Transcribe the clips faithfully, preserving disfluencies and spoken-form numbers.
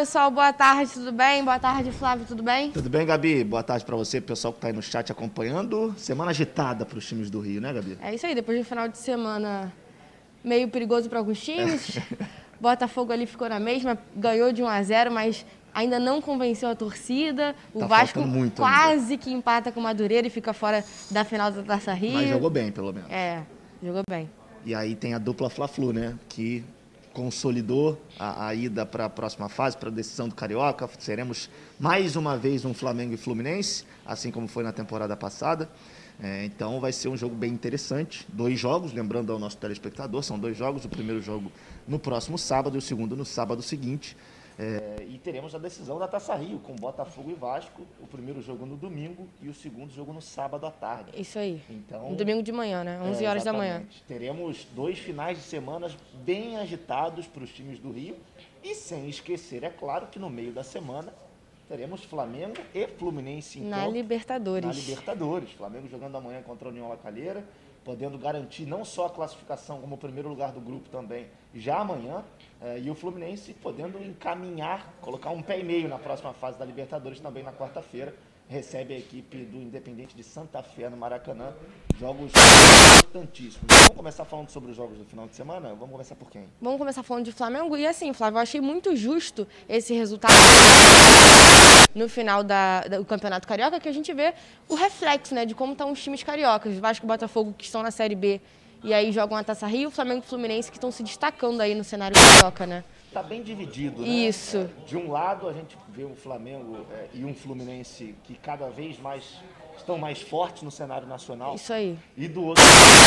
pessoal, boa tarde, tudo bem? Boa tarde, Flávio, tudo bem? Tudo bem, Gabi? Boa tarde para você, pessoal que está aí no chat acompanhando. Semana agitada para os times do Rio, né, Gabi? É isso aí, depois de um final de semana meio perigoso para alguns times. Botafogo ali ficou na mesma, ganhou de um a zero, mas ainda não convenceu a torcida. O Tá Vasco muito quase ainda. que empata com o Madureira e fica fora da final da Taça Rio. Mas jogou bem, pelo menos. É, jogou bem. E aí tem a dupla Fla-Flu, né? Que consolidou a, a ida para a próxima fase, para a decisão do Carioca. Seremos mais uma vez um Flamengo e Fluminense, assim como foi na temporada passada. É, então vai ser um jogo bem interessante. Dois jogos, lembrando ao nosso telespectador, são dois jogos. O primeiro jogo no próximo sábado e o segundo no sábado seguinte. É, e teremos a decisão da Taça Rio, com Botafogo e Vasco. O primeiro jogo no domingo e o segundo jogo no sábado à tarde. Isso aí. Então, no domingo de manhã, né? onze horas é, da manhã. Teremos dois finais de semana bem agitados para os times do Rio. E sem esquecer, é claro, que no meio da semana teremos Flamengo e Fluminense em Na campo, Libertadores. Na Libertadores. Flamengo jogando amanhã contra a União La Calera, podendo garantir não só a classificação como o primeiro lugar do grupo também já amanhã, eh, e o Fluminense podendo encaminhar, colocar um pé e meio na próxima fase da Libertadores também na quarta-feira. Recebe a equipe do Independente de Santa Fé no Maracanã. Jogos importantíssimos. Vamos começar falando sobre os jogos do final de semana? Vamos começar por quem? Vamos começar falando de Flamengo. E assim, Flávio, eu achei muito justo esse resultado no final da, da, do Campeonato Carioca, que a gente vê o reflexo, né, de como estão os times cariocas. Vasco e Botafogo, que estão na Série B e aí jogam a Taça Rio, Flamengo e Fluminense, que estão se destacando aí no cenário carioca, né? Tá bem dividido, né? Isso. De um lado, a gente vê um Flamengo é, e um Fluminense que cada vez mais estão mais fortes no cenário nacional. Isso aí. E do outro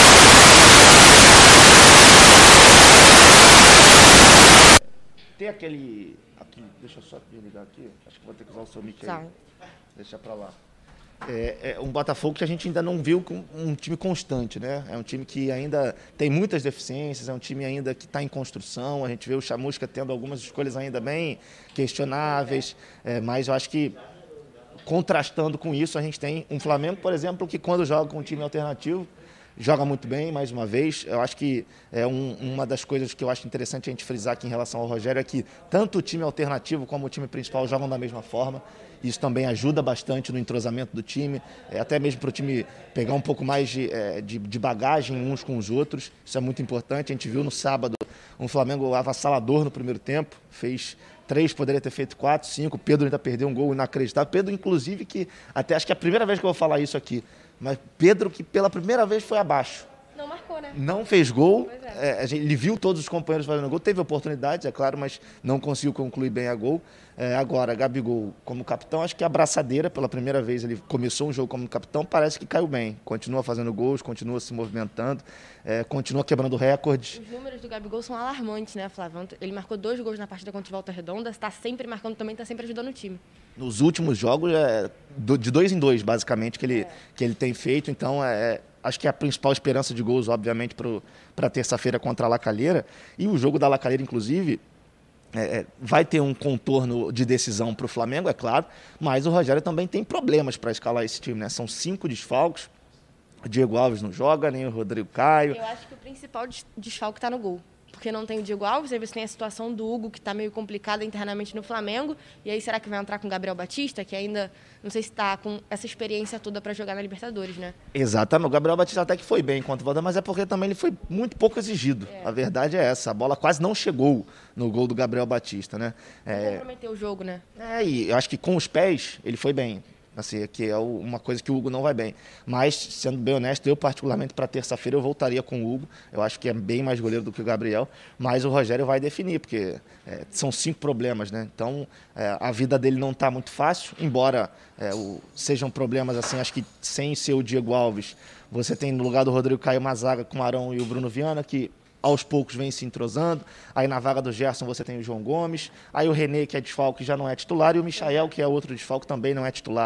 ter aquele, aquele... Deixa eu só desligar aqui. Acho que vou ter que usar o seu mic aí. Tá. Deixa pra lá. É, é um Botafogo que a gente ainda não viu com um time constante, né? É um time que ainda tem muitas deficiências, é um time ainda que está em construção. A gente vê o Chamusca tendo algumas escolhas ainda bem questionáveis, é, mas eu acho que, contrastando com isso, a gente tem um Flamengo, por exemplo, que quando joga com um time alternativo, joga muito bem, mais uma vez. Eu acho que é um, uma das coisas que eu acho interessante a gente frisar aqui em relação ao Rogério é que tanto o time alternativo como o time principal jogam da mesma forma. Isso também ajuda bastante no entrosamento do time, é, até mesmo para o time pegar um pouco mais de, é, de, de bagagem uns com os outros. Isso é muito importante. A gente viu no sábado um Flamengo avassalador no primeiro tempo, fez três, poderia ter feito quatro, cinco. Pedro ainda perdeu um gol inacreditável. Pedro, inclusive, que até acho que é a primeira vez que eu vou falar isso aqui, mas Pedro que pela primeira vez foi abaixo. Não marcou, né? Não fez gol, é. É, a gente, ele viu todos os companheiros fazendo gol, teve oportunidades, é claro, mas não conseguiu concluir bem a gol. É, agora, Gabigol como capitão, acho que a abraçadeira, pela primeira vez ele começou um jogo como capitão, parece que caiu bem. Continua fazendo gols, continua se movimentando, é, continua quebrando recordes. Os números do Gabigol são alarmantes, né, Flávio? Ele marcou dois gols na partida contra o Volta Redonda, está sempre marcando também, está sempre ajudando o time. Nos últimos jogos, é, de dois em dois, basicamente, que ele, é. que ele tem feito, então é... Acho que é a principal esperança de gols, obviamente, para terça-feira contra a La Calera. E o jogo da La Calera, inclusive, é, vai ter um contorno de decisão para o Flamengo, é claro, mas o Rogério também tem problemas para escalar esse time, né? São cinco desfalques, o Diego Alves não joga, nem o Rodrigo Caio. Eu acho que o principal desfalque está no gol. Porque não tem o Diego Alves, aí você tem a situação do Hugo, que está meio complicada internamente no Flamengo, e aí será que vai entrar com o Gabriel Batista, que ainda, não sei se está com essa experiência toda para jogar na Libertadores, né? Exatamente, o Gabriel Batista até que foi bem contra o Volta, mas é porque também ele foi muito pouco exigido, é. A verdade é essa, a bola quase não chegou no gol do Gabriel Batista, né? É, comprometeu o jogo, né? É, e eu acho que com os pés ele foi bem. Assim, que é uma coisa que o Hugo não vai bem. Mas, sendo bem honesto, eu particularmente para terça-feira eu voltaria com o Hugo. Eu acho que é bem mais goleiro do que o Gabriel. Mas o Rogério vai definir, porque é, são cinco problemas, né? Então, é, a vida dele não está muito fácil, embora é, o, sejam problemas assim, acho que sem ser o Diego Alves, você tem no lugar do Rodrigo Caio uma zaga com o Arão e o Bruno Viana, que aos poucos vem se entrosando. Aí na vaga do Gerson você tem o João Gomes. Aí o René, que é desfalque, já não é titular. E o Michael, que é outro desfalque, também não é titular.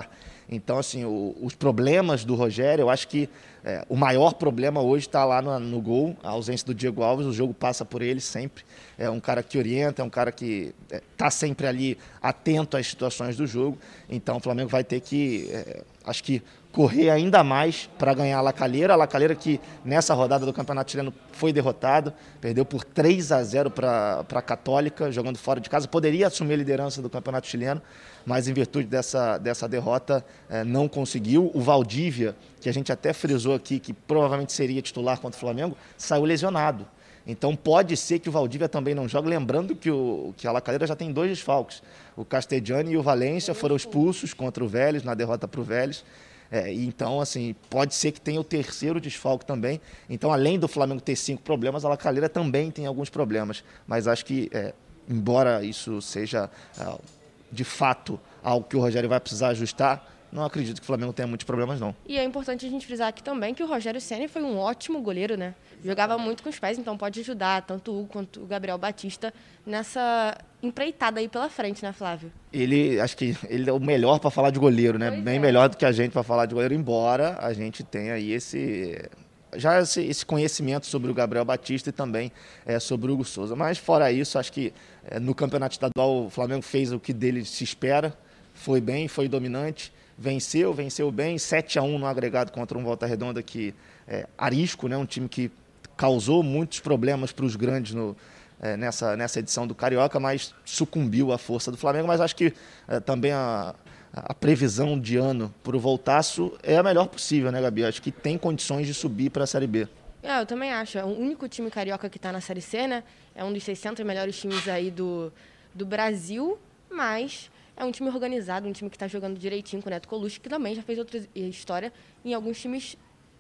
Então, assim, o, os problemas do Rogério, eu acho que é, o maior problema hoje está lá no, no gol, a ausência do Diego Alves, o jogo passa por ele sempre. É um cara que orienta, é um cara que está é, sempre ali atento às situações do jogo. Então, o Flamengo vai ter que, é, acho que, correr ainda mais para ganhar a La Calera. A La Calera que nessa rodada do Campeonato Chileno foi derrotado, perdeu por três a zero para a Católica, jogando fora de casa. Poderia assumir a liderança do Campeonato Chileno, mas em virtude dessa, dessa derrota eh, não conseguiu. O Valdívia, que a gente até frisou aqui, que provavelmente seria titular contra o Flamengo, saiu lesionado. Então pode ser que o Valdívia também não jogue, lembrando que, o, que a La Calera já tem dois desfalques. O Castellani e o Valência foram expulsos contra o Vélez, na derrota para o Vélez. É, então, assim, pode ser que tenha o terceiro desfalque também. Então, além do Flamengo ter cinco problemas, a La Calera também tem alguns problemas. Mas acho que, é, embora isso seja, é, de fato, algo que o Rogério vai precisar ajustar, não acredito que o Flamengo tenha muitos problemas, não. E é importante a gente frisar aqui também que o Rogério Ceni foi um ótimo goleiro, né? Jogava muito com os pés, então pode ajudar tanto o Hugo quanto o Gabriel Batista nessa empreitada aí pela frente, né, Flávio? Ele, acho que ele é o melhor para falar de goleiro, né? Pois Bem é. melhor do que a gente para falar de goleiro, embora a gente tenha aí esse... já esse, esse conhecimento sobre o Gabriel Batista e também é, sobre o Hugo Souza. Mas, fora isso, acho que é, no Campeonato Estadual o Flamengo fez o que dele se espera, foi bem, foi dominante, venceu, venceu bem, sete a um no agregado contra um Volta Redonda que é arisco, né? Um time que causou muitos problemas para os grandes no, é, nessa, nessa edição do Carioca, mas sucumbiu à força do Flamengo. Mas acho que é, também a, a previsão de ano para o Voltaço é a melhor possível, né, Gabi? Acho que tem condições de subir para a Série B. É, eu também acho. É o único time carioca que está na Série C, né? É um dos seiscentos melhores times aí do, do Brasil, mas é um time organizado, um time que está jogando direitinho com o Neto Colucci, que também já fez outra história em alguns times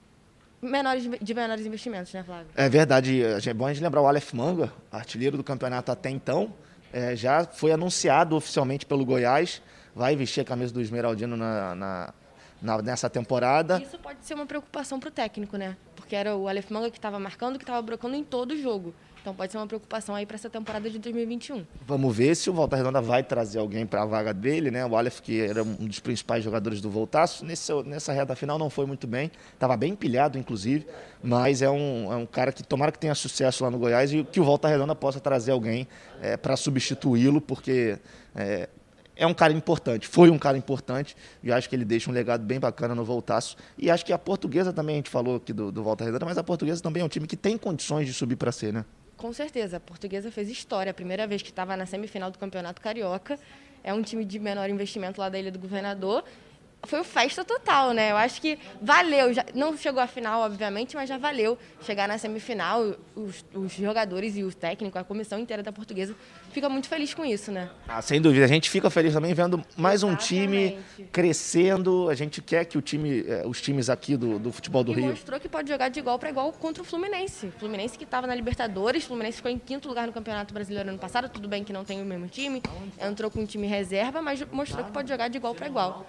menores, de menores investimentos, né, Flávio? É verdade. É bom a gente lembrar o Aleph Manga, artilheiro do campeonato até então, é, já foi anunciado oficialmente pelo Goiás, vai vestir a camisa do Esmeraldino na, na, na, nessa temporada. Isso pode ser uma preocupação para o técnico, né? Porque era o Aleph Manga que estava marcando, que estava brocando em todo o jogo. Então pode ser uma preocupação aí para essa temporada de dois mil e vinte e um. Vamos ver se o Volta Redonda vai trazer alguém para a vaga dele, né? O Aleph, que era um dos principais jogadores do Voltaço, nesse, nessa reta final não foi muito bem, estava bem empilhado, inclusive, mas é um, é um cara que tomara que tenha sucesso lá no Goiás e que o Volta Redonda possa trazer alguém é, para substituí-lo, porque é, é um cara importante, foi um cara importante e acho que ele deixa um legado bem bacana no Voltaço. E acho que a Portuguesa também, a gente falou aqui do, do Volta Redonda, mas a Portuguesa também é um time que tem condições de subir para C, né? Com certeza, a Portuguesa fez história. A primeira vez que estava na semifinal do Campeonato Carioca. É um time de menor investimento lá da Ilha do Governador. Foi festa total, né? Eu acho que valeu. Já, não chegou à final, obviamente, mas já valeu chegar na semifinal. Os, os jogadores e os técnicos, a comissão inteira da Portuguesa, fica muito feliz com isso, né? Ah, sem dúvida. A gente fica feliz também vendo mais um time crescendo. A gente quer que o time, os times aqui do, do futebol do e Rio... mostrou que pode jogar de igual para igual contra o Fluminense. O Fluminense que estava na Libertadores, o Fluminense ficou em quinto lugar no Campeonato Brasileiro ano passado. Tudo bem que não tem o mesmo time, entrou com um time reserva, mas mostrou que pode jogar de igual para igual.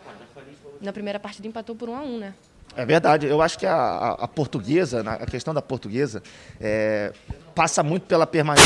Na primeira partida empatou por um a um, né? É verdade. Eu acho que a, a, a portuguesa, a questão da portuguesa, é, passa muito pela permanência.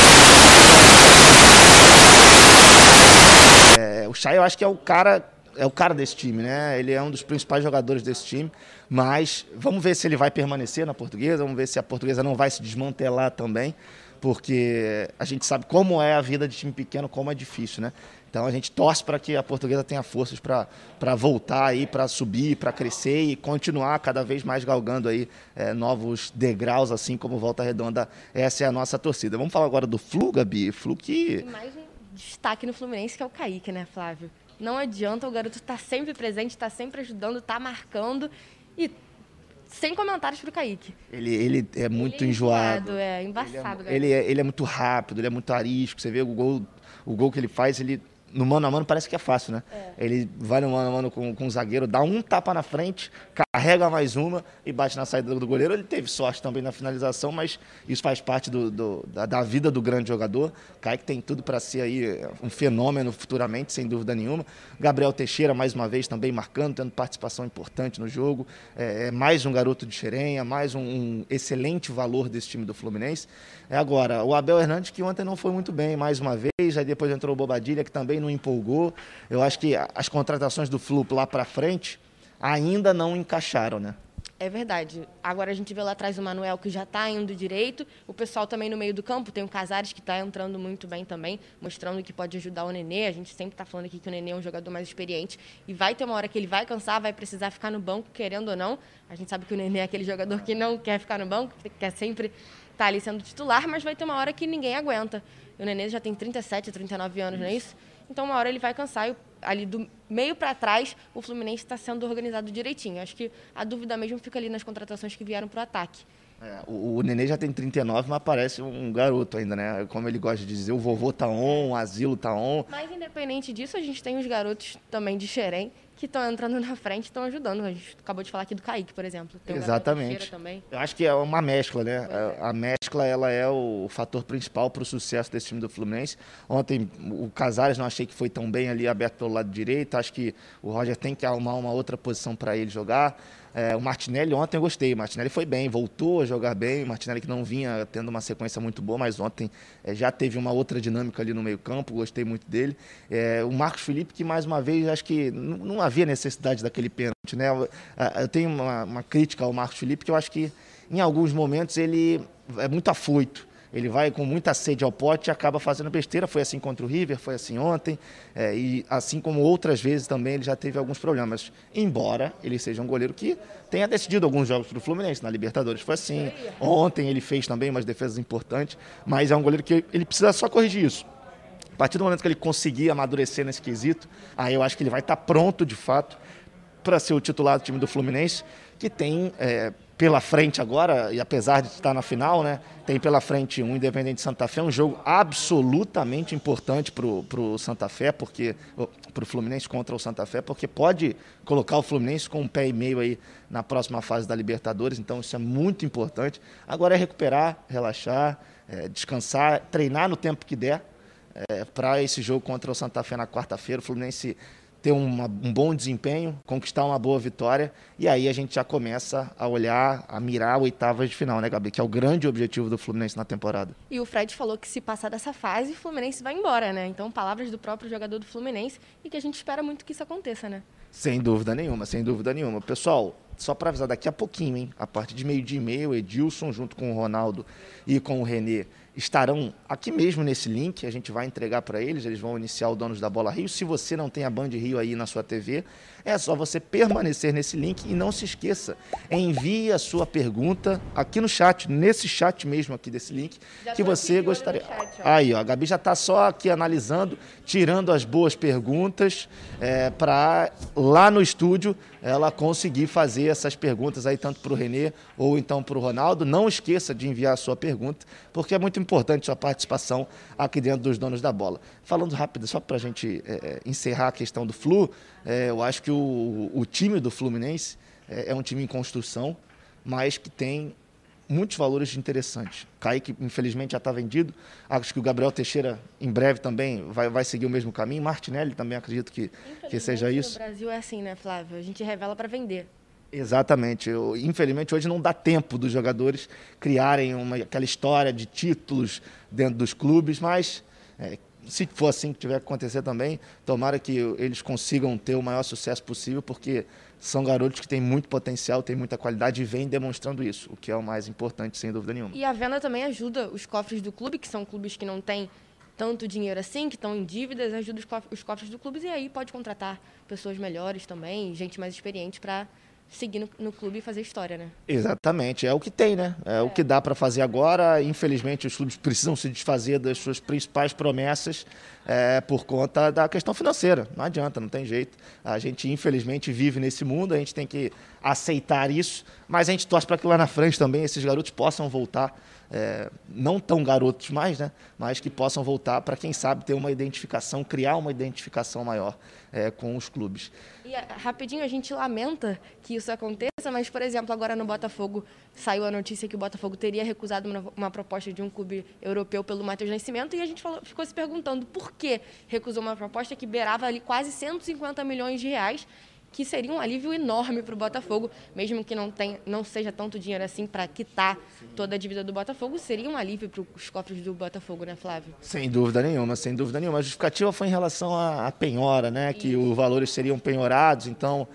É, o Chay, eu acho que é o cara, é o cara desse time, né? Ele é um dos principais jogadores desse time, mas vamos ver se ele vai permanecer na portuguesa, vamos ver se a portuguesa não vai se desmantelar também, porque a gente sabe como é a vida de time pequeno, como é difícil, né? Então a gente torce para que a portuguesa tenha forças para voltar aí, para subir, para crescer e continuar cada vez mais galgando aí é, novos degraus, assim como Volta Redonda. Essa é a nossa torcida. Vamos falar agora do Flu, Gabi. Flu que... E mais um destaque no Fluminense, que é o Kaique, né, Flávio? Não adianta, o garoto está sempre presente, está sempre ajudando, está marcando e... sem comentários pro Kaique. Ele, ele é muito ele é enjoado. enjoado. É, embaçado. Ele é, ele, é, ele é muito rápido, ele é muito arisco. Você vê o gol, o gol que ele faz, ele... no mano a mano parece que é fácil, né? É. Ele vai no mano a mano com, com o zagueiro, dá um tapa na frente, carrega mais uma e bate na saída do goleiro. Ele teve sorte também na finalização, mas isso faz parte do, do, da, da vida do grande jogador. Kaique tem tudo para ser aí um fenômeno futuramente, sem dúvida nenhuma. Gabriel Teixeira, mais uma vez, também marcando, tendo participação importante no jogo. É, é mais um garoto de Xerenha, mais um, um excelente valor desse time do Fluminense. É agora, o Abel Hernandes, que ontem não foi muito bem, mais uma vez, aí depois entrou o Bobadilha, que também não empolgou. Eu acho que as contratações do Flu lá para frente ainda não encaixaram, né? É verdade. Agora a gente vê lá atrás o Manuel, que já está indo direito. O pessoal também no meio do campo. Tem o Casares, que está entrando muito bem também, mostrando que pode ajudar o Nenê. A gente sempre está falando aqui que o Nenê é um jogador mais experiente. E vai ter uma hora que ele vai cansar, vai precisar ficar no banco, querendo ou não. A gente sabe que o Nenê é aquele jogador que não quer ficar no banco, que quer sempre estar ali sendo titular, mas vai ter uma hora que ninguém aguenta. O Nenê já tem trinta e sete, trinta e nove anos, não é isso? Então, uma hora ele vai cansar e ali do meio para trás o Fluminense está sendo organizado direitinho. Acho que a dúvida mesmo fica ali nas contratações que vieram para o ataque. É, o, o Nenê já tem trinta e nove, mas parece um garoto ainda, né? Como ele gosta de dizer, o vovô tá on, o asilo tá on. Mas, independente disso, a gente tem os garotos também de Xerém que estão entrando na frente e estão ajudando. A gente acabou de falar aqui do Kaique, por exemplo. Tem Exatamente. Também. Eu acho que é uma mescla, né? É. A mescla, ela é o fator principal para o sucesso desse time do Fluminense. Ontem, o Casares não achei que foi tão bem ali aberto pelo lado direito. Acho que o Roger tem que arrumar uma outra posição para ele jogar. É, o Martinelli, ontem eu gostei. O Martinelli foi bem, voltou a jogar bem. O Martinelli que não vinha tendo uma sequência muito boa, mas ontem é, já teve uma outra dinâmica ali no meio campo. Gostei muito dele. É, o Marcos Felipe, que mais uma vez, acho que não, não havia necessidade daquele pênalti, né? Eu, eu tenho uma, uma crítica ao Marcos Felipe, que eu acho que em alguns momentos ele é muito afoito. Ele vai com muita sede ao pote e acaba fazendo besteira. Foi assim contra o River, foi assim ontem. É, e assim como outras vezes também ele já teve alguns problemas. Embora ele seja um goleiro que tenha decidido alguns jogos para o Fluminense. Na Libertadores foi assim. Ontem ele fez também umas defesas importantes. Mas é um goleiro que ele precisa só corrigir isso. A partir do momento que ele conseguir amadurecer nesse quesito, aí eu acho que ele vai estar pronto, de fato, para ser o titular do time do Fluminense, que tem é, pela frente agora, e apesar de estar na final, né, tem pela frente um Independente Santa Fé, um jogo absolutamente importante para o Santa Fé, porque para o Fluminense contra o Santa Fé, porque pode colocar o Fluminense com um pé e meio aí na próxima fase da Libertadores, então isso é muito importante. Agora é recuperar, relaxar, é, descansar, treinar no tempo que der, é, para esse jogo contra o Santa Fé na quarta-feira. O Fluminense ter uma, um bom desempenho, conquistar uma boa vitória, e aí a gente já começa a olhar, a mirar oitavas de final, né, Gabi? Que é o grande objetivo do Fluminense na temporada. E o Fred falou que se passar dessa fase, o Fluminense vai embora, né? Então, palavras do próprio jogador do Fluminense, e que a gente espera muito que isso aconteça, né? Sem dúvida nenhuma, sem dúvida nenhuma. Pessoal, só para avisar, daqui a pouquinho, hein? A partir de meio-dia e meio, o Edilson, junto com o Ronaldo e com o Renê, estarão aqui mesmo nesse link, a gente vai entregar para eles, eles vão iniciar o Donos da Bola Rio. Se você não tem a Band Rio aí na sua T V, é só você permanecer nesse link e não se esqueça, envie a sua pergunta aqui no chat, nesse chat mesmo aqui desse link, já que você gostaria... Chat, ó. Aí, ó, a Gabi já está só aqui analisando, tirando as boas perguntas, é, para lá no estúdio ela conseguir fazer essas perguntas aí, tanto para o Renê ou então para o Ronaldo. Não esqueça de enviar a sua pergunta, porque é muito importante sua participação aqui dentro dos Donos da Bola. Falando rápido, só para a gente é, encerrar a questão do Flu, é, eu acho que o, o time do Fluminense é, é um time em construção, mas que tem muitos valores interessantes. Kaique, infelizmente, já está vendido. Acho que o Gabriel Teixeira, em breve, também vai, vai seguir o mesmo caminho. Martinelli, também acredito que, que seja isso. No Brasil é assim, né, Flávio? A gente revela para vender. Exatamente. Eu, infelizmente, hoje não dá tempo dos jogadores criarem uma, aquela história de títulos dentro dos clubes, mas é, se for assim que tiver que acontecer também, tomara que eles consigam ter o maior sucesso possível, porque são garotos que têm muito potencial, têm muita qualidade e vêm demonstrando isso, o que é o mais importante, sem dúvida nenhuma. E a venda também ajuda os cofres do clube, que são clubes que não têm tanto dinheiro assim, que estão em dívidas, ajuda os cofres do clube, e aí pode contratar pessoas melhores também, gente mais experiente para seguir no, no clube e fazer história, né? Exatamente, é o que tem, né? É, é. o que dá para fazer agora. Infelizmente, os clubes precisam se desfazer das suas principais promessas é, por conta da questão financeira. Não adianta, não tem jeito. A gente, infelizmente, vive nesse mundo, a gente tem que aceitar isso, mas a gente torce para que lá na frente também esses garotos possam voltar, é, não tão garotos mais, né? Mas que possam voltar para, quem sabe, ter uma identificação, criar uma identificação maior é, com os clubes. E rapidinho, a gente lamenta que isso aconteça, mas, por exemplo, agora no Botafogo saiu a notícia que o Botafogo teria recusado uma, uma proposta de um clube europeu pelo Matheus Nascimento, e a gente falou, ficou se perguntando por que recusou uma proposta que beirava ali quase cento e cinquenta milhões de reais, que seria um alívio enorme para o Botafogo, mesmo que não, tenha, não seja tanto dinheiro assim para quitar toda a dívida do Botafogo, seria um alívio para os cofres do Botafogo, né, Flávio? Sem dúvida nenhuma, sem dúvida nenhuma. A justificativa foi em relação à, à penhora, né, que os valores seriam penhorados, então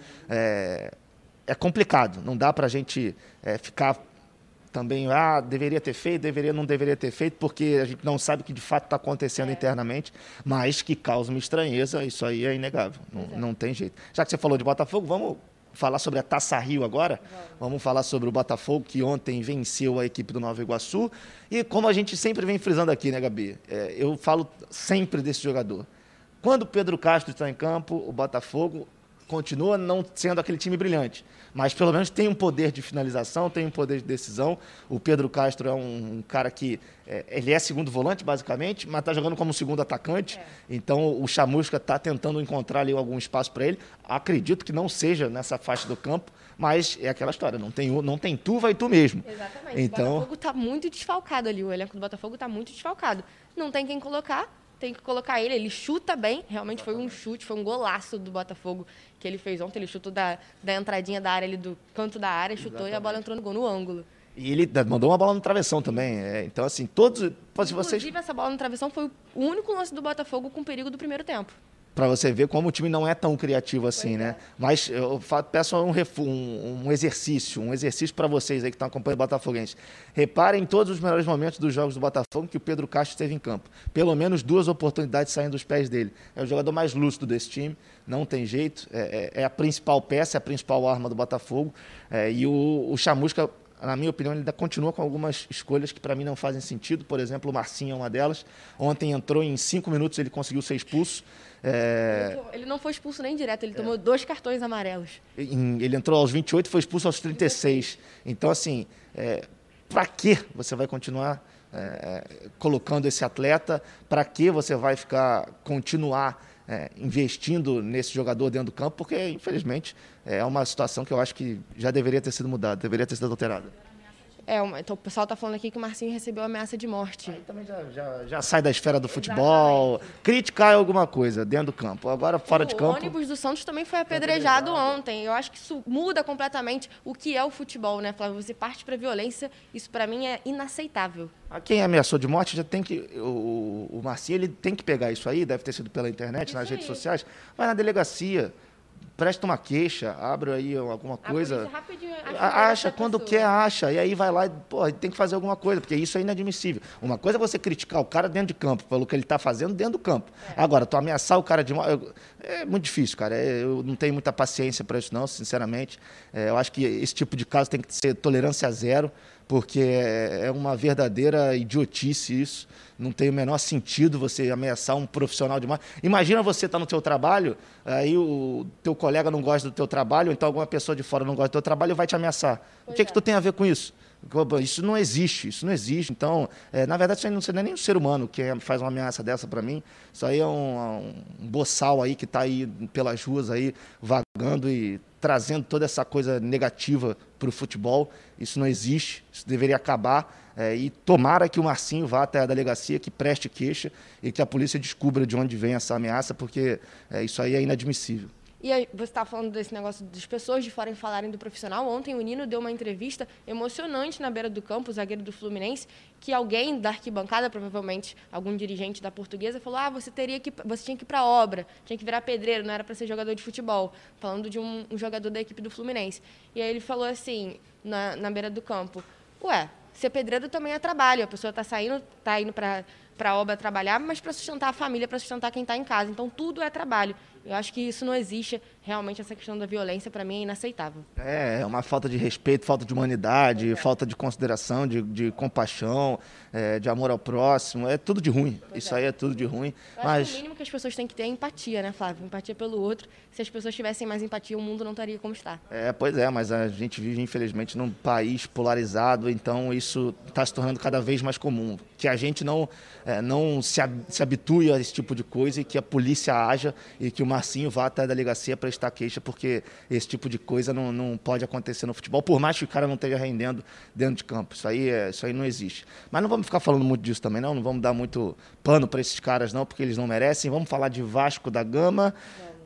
é, é complicado, não dá para a gente é, ficar também, ah, deveria ter feito, deveria, não deveria ter feito, porque a gente não sabe o que de fato está acontecendo é. internamente, mas que causa uma estranheza, isso aí é inegável, não, não tem jeito. Já que você falou de Botafogo, vamos falar sobre a Taça Rio agora? Vamos. Vamos falar sobre o Botafogo, que ontem venceu a equipe do Nova Iguaçu, e como a gente sempre vem frisando aqui, né, Gabi? É, eu falo sempre desse jogador. Quando o Pedro Castro está em campo, o Botafogo continua não sendo aquele time brilhante, mas pelo menos tem um poder de finalização, tem um poder de decisão. O Pedro Castro é um, um cara que é, ele é segundo volante, basicamente, mas está jogando como segundo atacante, é. Então o Chamusca está tentando encontrar ali algum espaço para ele. Acredito que não seja nessa faixa do campo, mas é aquela história, não tem, não tem tu, vai tu mesmo. Exatamente, então... o Botafogo está muito desfalcado ali, o elenco do Botafogo está muito desfalcado. Não tem quem colocar, tem que colocar ele, ele chuta bem, realmente foi um chute, foi um golaço do Botafogo que ele fez ontem, ele chutou da, da entradinha da área, ali do canto da área, chutou Exatamente. E a bola entrou no gol, no ângulo. E ele mandou uma bola no travessão também, é, então assim, todos... Inclusive, vocês... essa bola no travessão foi o único lance do Botafogo com perigo do primeiro tempo. Para você ver como o time não é tão criativo assim, pois né? É. Mas eu peço um, um, um exercício, um exercício para vocês aí que estão acompanhando o Botafoguense. Reparem em todos os melhores momentos dos jogos do Botafogo que o Pedro Castro esteve em campo. Pelo menos duas oportunidades saindo dos pés dele. É o jogador mais lúcido desse time, não tem jeito. É, é a principal peça, é a principal arma do Botafogo. É, e o, o Chamusca, na minha opinião, ele ainda continua com algumas escolhas que para mim não fazem sentido. Por exemplo, o Marcinho é uma delas. Ontem entrou em cinco minutos, ele conseguiu ser expulso. É... Ele não foi expulso nem direto, ele tomou é. dois cartões amarelos. Ele entrou aos vinte e oito e foi expulso aos trinta e seis. Então, assim, é... para que você vai continuar é... colocando esse atleta? Para que você vai ficar, continuar é... investindo nesse jogador dentro do campo? Porque, infelizmente, é uma situação que eu acho que já deveria ter sido mudada, deveria ter sido alterada. É, então o pessoal está falando aqui que o Marcinho recebeu ameaça de morte. Aí também já, já, já sai da esfera do futebol. Exatamente. Criticar alguma coisa dentro do campo. Agora, fora o de campo... O ônibus do Santos também foi apedrejado, apedrejado ontem. Eu acho que isso muda completamente o que é o futebol, né, Flávio? Você parte para a violência, isso para mim é inaceitável. A quem ameaçou de morte já tem que... O, o Marcinho, ele tem que pegar isso aí, deve ter sido pela internet, isso nas aí. redes sociais. Vai na delegacia, presta uma queixa, abre aí alguma coisa. A rapidinho acha, acha quando pessoa. quer, acha. E aí vai lá e, pô, tem que fazer alguma coisa, porque isso é inadmissível. Uma coisa é você criticar o cara dentro de campo, pelo que ele está fazendo dentro do campo. É. Agora, tu ameaçar o cara de morte, é muito difícil, cara. É, eu não tenho muita paciência para isso, não, sinceramente. É, eu acho que esse tipo de caso tem que ser tolerância zero, porque é uma verdadeira idiotice isso. Não tem o menor sentido você ameaçar um profissional de morte. Imagina você estar tá no teu trabalho, aí o teu colega não gosta do teu trabalho, ou então alguma pessoa de fora não gosta do teu trabalho e vai te ameaçar. Pois o que é. que tu tem a ver com isso? Isso não existe, isso não existe. Então, é, na verdade, isso aí não é nem um ser humano que faz uma ameaça dessa para mim. Isso aí é um, um boçal aí que está aí pelas ruas aí, vagando e trazendo toda essa coisa negativa para o futebol. Isso não existe, isso deveria acabar. É, e tomara que o Marcinho vá até a delegacia, que preste queixa e que a polícia descubra de onde vem essa ameaça, porque é, isso aí é inadmissível. E aí, você está falando desse negócio das pessoas de fora falarem do profissional. Ontem o Nino deu uma entrevista emocionante na beira do campo, o zagueiro do Fluminense, que alguém da arquibancada, provavelmente algum dirigente da Portuguesa, falou: ah, você, teria que, você tinha que ir para a obra, tinha que virar pedreiro, não era para ser jogador de futebol. Falando de um, um jogador da equipe do Fluminense. E aí ele falou assim, na, na beira do campo: ué, ser pedreiro também é trabalho, a pessoa está saindo, está indo para a obra trabalhar, mas para sustentar a família, para sustentar quem está em casa. Então, tudo é trabalho. Eu acho que isso não existe. Realmente, essa questão da violência, para mim, é inaceitável. É, é uma falta de respeito, falta de humanidade, é. falta de consideração, de, de compaixão, é, de amor ao próximo. É tudo de ruim. Pois isso é. aí é tudo de ruim. Eu mas... acho que o mínimo que as pessoas têm que ter é empatia, né, Flávio? Empatia pelo outro. Se as pessoas tivessem mais empatia, o mundo não estaria como está. É, pois é, mas a gente vive, infelizmente, num país polarizado, então isso está se tornando cada vez mais comum. Que a gente não, é, não se, se habitue a esse tipo de coisa e que a polícia haja e que o Marcinho vá até a delegacia prestar queixa, porque esse tipo de coisa não, não pode acontecer no futebol, por mais que o cara não esteja rendendo dentro de campo. Isso aí, é, isso aí não existe. Mas não vamos ficar falando muito disso também, não. Não vamos dar muito pano para esses caras, não, porque eles não merecem. Vamos falar de Vasco da Gama.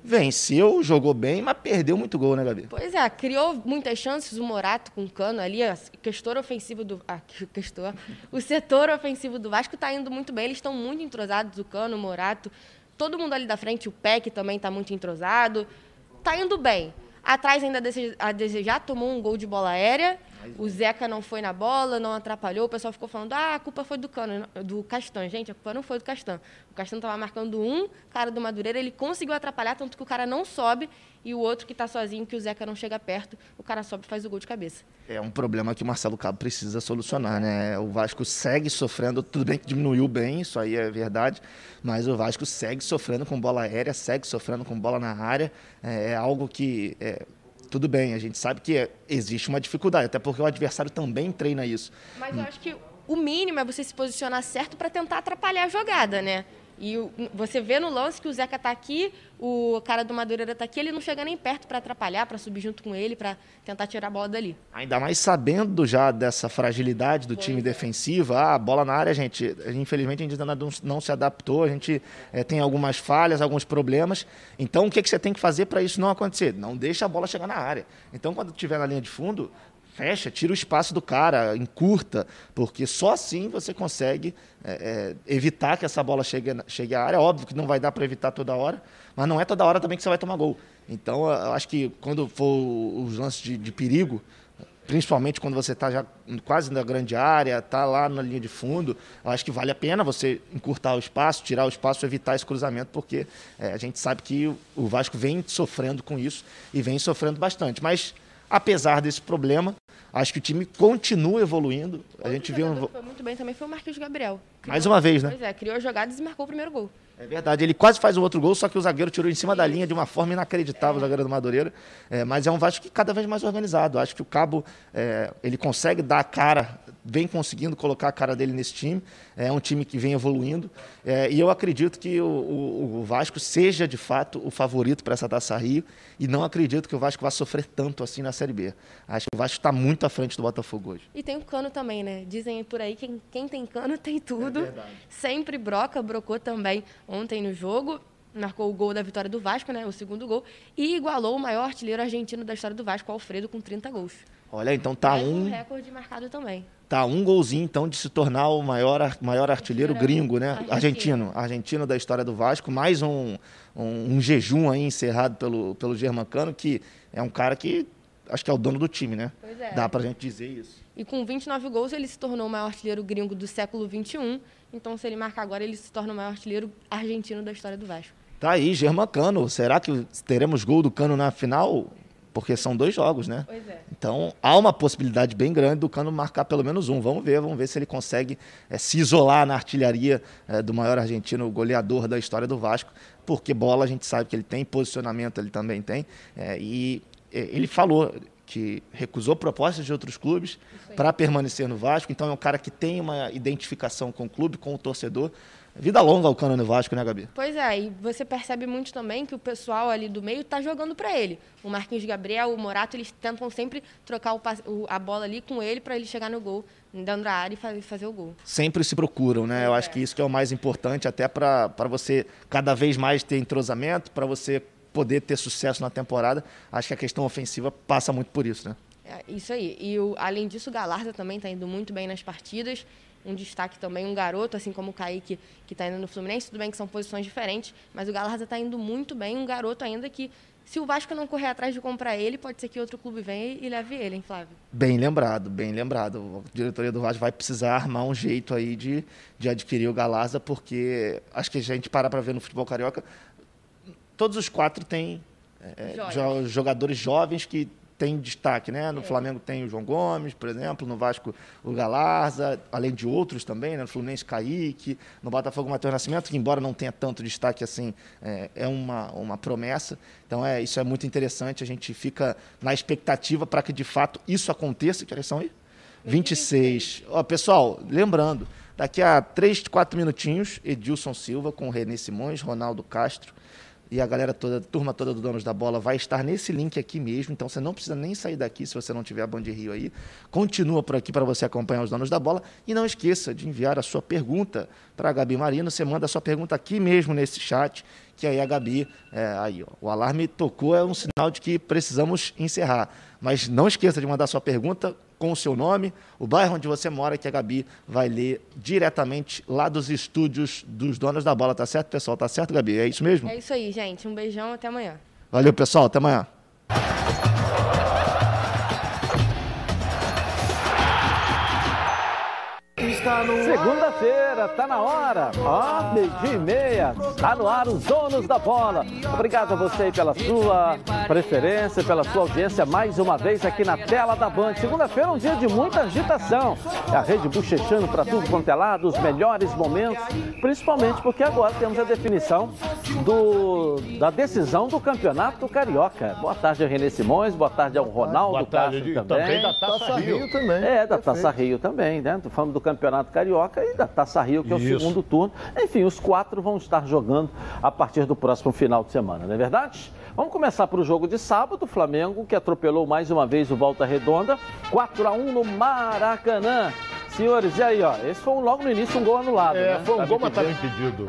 Venceu, jogou bem, mas perdeu muito gol, né, Gabi? Pois é, criou muitas chances, o Morato com o Cano ali, a questão ofensiva do... Ah, questão, o setor ofensivo do Vasco está indo muito bem, eles estão muito entrosados, o Cano, o Morato, todo mundo ali da frente, o Peck também está muito entrosado, está indo bem. Atrás ainda a desejar, tomou um gol de bola aérea, o Zeca não foi na bola, não atrapalhou, o pessoal ficou falando, ah, a culpa foi do Cano, do Castan. Gente, a culpa não foi do Castan. O Castan estava marcando um cara do Madureira, ele conseguiu atrapalhar, tanto que o cara não sobe, e o outro que está sozinho, que o Zeca não chega perto, o cara sobe e faz o gol de cabeça. É um problema que o Marcelo Cabo precisa solucionar, né? O Vasco segue sofrendo, tudo bem que diminuiu bem, isso aí é verdade, mas o Vasco segue sofrendo com bola aérea, segue sofrendo com bola na área, é algo que... É, tudo bem, a gente sabe que é, existe uma dificuldade, até porque o adversário também treina isso. Mas eu acho que o mínimo é você se posicionar certo para tentar atrapalhar a jogada, né? E o, você vê no lance que o Zeca tá aqui, o cara do Madureira tá aqui, ele não chega nem perto para atrapalhar, para subir junto com ele, para tentar tirar a bola dali. Ainda mais sabendo já dessa fragilidade do pois time é. defensivo, ah, a bola na área, gente, infelizmente a gente ainda não, não se adaptou, a gente é, tem algumas falhas, alguns problemas, então o que, que você tem que fazer para isso não acontecer? Não deixa a bola chegar na área. Então quando estiver na linha de fundo, fecha, tira o espaço do cara, encurta, porque só assim você consegue é, é, evitar que essa bola chegue, chegue à área. Óbvio que não vai dar para evitar toda hora, mas não é toda hora também que você vai tomar gol. Então, eu acho que quando for os lances de, de perigo, principalmente quando você está já quase na grande área, está lá na linha de fundo, eu acho que vale a pena você encurtar o espaço, tirar o espaço, evitar esse cruzamento, porque é, a gente sabe que o, o Vasco vem sofrendo com isso e vem sofrendo bastante. Mas, apesar desse problema, acho que o time continua evoluindo. A Outro gente viu um... foi muito bem também foi o Marquinhos Gabriel. Criou, Mais uma vez, né? Pois é, criou jogadas e marcou o primeiro gol. É verdade, ele quase faz o outro gol, só que o zagueiro tirou em cima da linha de uma forma inacreditável, é. o zagueiro do Madureira. É, mas é um Vasco que cada vez mais organizado. Acho que o Cabo, é, ele consegue dar a cara, vem conseguindo colocar a cara dele nesse time. É um time que vem evoluindo. É, e eu acredito que o, o, o Vasco seja, de fato, o favorito para essa Taça Rio. E não acredito que o Vasco vá sofrer tanto assim na Série B. Acho que o Vasco está muito à frente do Botafogo hoje. E tem o Cano também, né? Dizem por aí que quem, quem tem Cano tem tudo. É verdade. Sempre broca, brocou também ontem no jogo, marcou o gol da vitória do Vasco, né, o segundo gol, e igualou o maior artilheiro argentino da história do Vasco, Alfredo, com trinta gols. Olha, então tá Mais um... um recorde marcado também. Tá um golzinho, então, de se tornar o maior, maior artilheiro gringo, né? Argentino. Argentino. Argentino da história do Vasco. Mais um, um, um jejum aí encerrado pelo, pelo Germancano, que é um cara que acho que é o dono do time, né? Pois é. Dá pra gente dizer isso. E com vinte e nove gols, ele se tornou o maior artilheiro gringo do século vinte e um. Então, se ele marcar agora, ele se torna o maior artilheiro argentino da história do Vasco. Tá aí, Germancano. Será que teremos gol do Cano na final? Porque são dois jogos, né? Pois é. Então, há uma possibilidade bem grande do Cano marcar pelo menos um. Vamos ver, vamos ver se ele consegue é, se isolar na artilharia é, do maior argentino goleador da história do Vasco, porque bola a gente sabe que ele tem, posicionamento ele também tem. É, e é, ele falou que recusou propostas de outros clubes para permanecer no Vasco. Então, é um cara que tem uma identificação com o clube, com o torcedor. Vida longa ao Cano no Vasco, né, Gabi? Pois é, e você percebe muito também que o pessoal ali do meio está jogando para ele. O Marquinhos Gabriel, o Morato, eles tentam sempre trocar o, o, a bola ali com ele para ele chegar no gol, dentro da área e fazer, fazer o gol. Sempre se procuram, né? É. Eu acho que isso que é o mais importante, até para você cada vez mais ter entrosamento, para você poder ter sucesso na temporada. Acho que a questão ofensiva passa muito por isso, né? É, isso aí. E o, além disso, o Galarza também está indo muito bem nas partidas. Um destaque também, um garoto, assim como o Kaique, que está indo no Fluminense. Tudo bem que são posições diferentes, mas o Galarza está indo muito bem. Um garoto ainda que, se o Vasco não correr atrás de comprar ele, pode ser que outro clube venha e leve ele, hein, Flávio? Bem lembrado, bem lembrado. A diretoria do Vasco vai precisar armar um jeito aí de, de adquirir o Galarza, porque acho que a gente parar para ver no futebol carioca, todos os quatro têm é, jo jogadores jovens que tem destaque, né? No é. Flamengo tem o João Gomes, por exemplo, no Vasco o Galarza, além de outros também, né? No Fluminense Kaique, no Botafogo o Matheus Nascimento, que embora não tenha tanto destaque assim, é, é uma, uma promessa. Então é, isso é muito interessante, a gente fica na expectativa para que de fato isso aconteça. Que são aí? vinte e seis. Ó, pessoal, lembrando, daqui a três, quatro minutinhos, Edilson Silva com René Simões, Ronaldo Castro, e a galera toda, a turma toda do Donos da Bola vai estar nesse link aqui mesmo, então você não precisa nem sair daqui se você não tiver a Band Rio aí. Continua por aqui para você acompanhar os Donos da Bola e não esqueça de enviar a sua pergunta para a Gabi Marino. Você manda a sua pergunta aqui mesmo nesse chat, que aí a Gabi, é, aí ó, o alarme tocou, é um sinal de que precisamos encerrar. Mas não esqueça de mandar a sua pergunta com o seu nome, o bairro onde você mora, que a Gabi vai ler diretamente lá dos estúdios dos Donos da Bola, tá certo, pessoal? Tá certo, Gabi? É isso mesmo? É isso aí, gente. Um beijão, até amanhã. Valeu, pessoal. Até amanhã. Segunda-feira, tá na hora, ó, meio-dia e meia, tá no ar os Donos da Bola. Obrigado a você aí pela sua preferência, pela sua audiência mais uma vez aqui na tela da Band. Segunda-feira é um dia de muita agitação, a rede bochechando para tudo quanto é lado, os melhores momentos, principalmente porque agora temos a definição do, da decisão do Campeonato Carioca. Boa tarde, Renê Simões, boa tarde ao Ronaldo Castro também. Também da Taça Rio também. É, da Taça Rio também, né? Tô falando do Campeonato Carioca e da Taça Rio, que é o Isso. segundo turno. Enfim, os quatro vão estar jogando a partir do próximo final de semana, não é verdade? Vamos começar para o jogo de sábado, o Flamengo, que atropelou mais uma vez o Volta Redonda, quatro a um no Maracanã. Senhores, e aí, ó, esse foi um, logo no início um gol anulado, É, né? foi um Tá gol, mas estava impedido.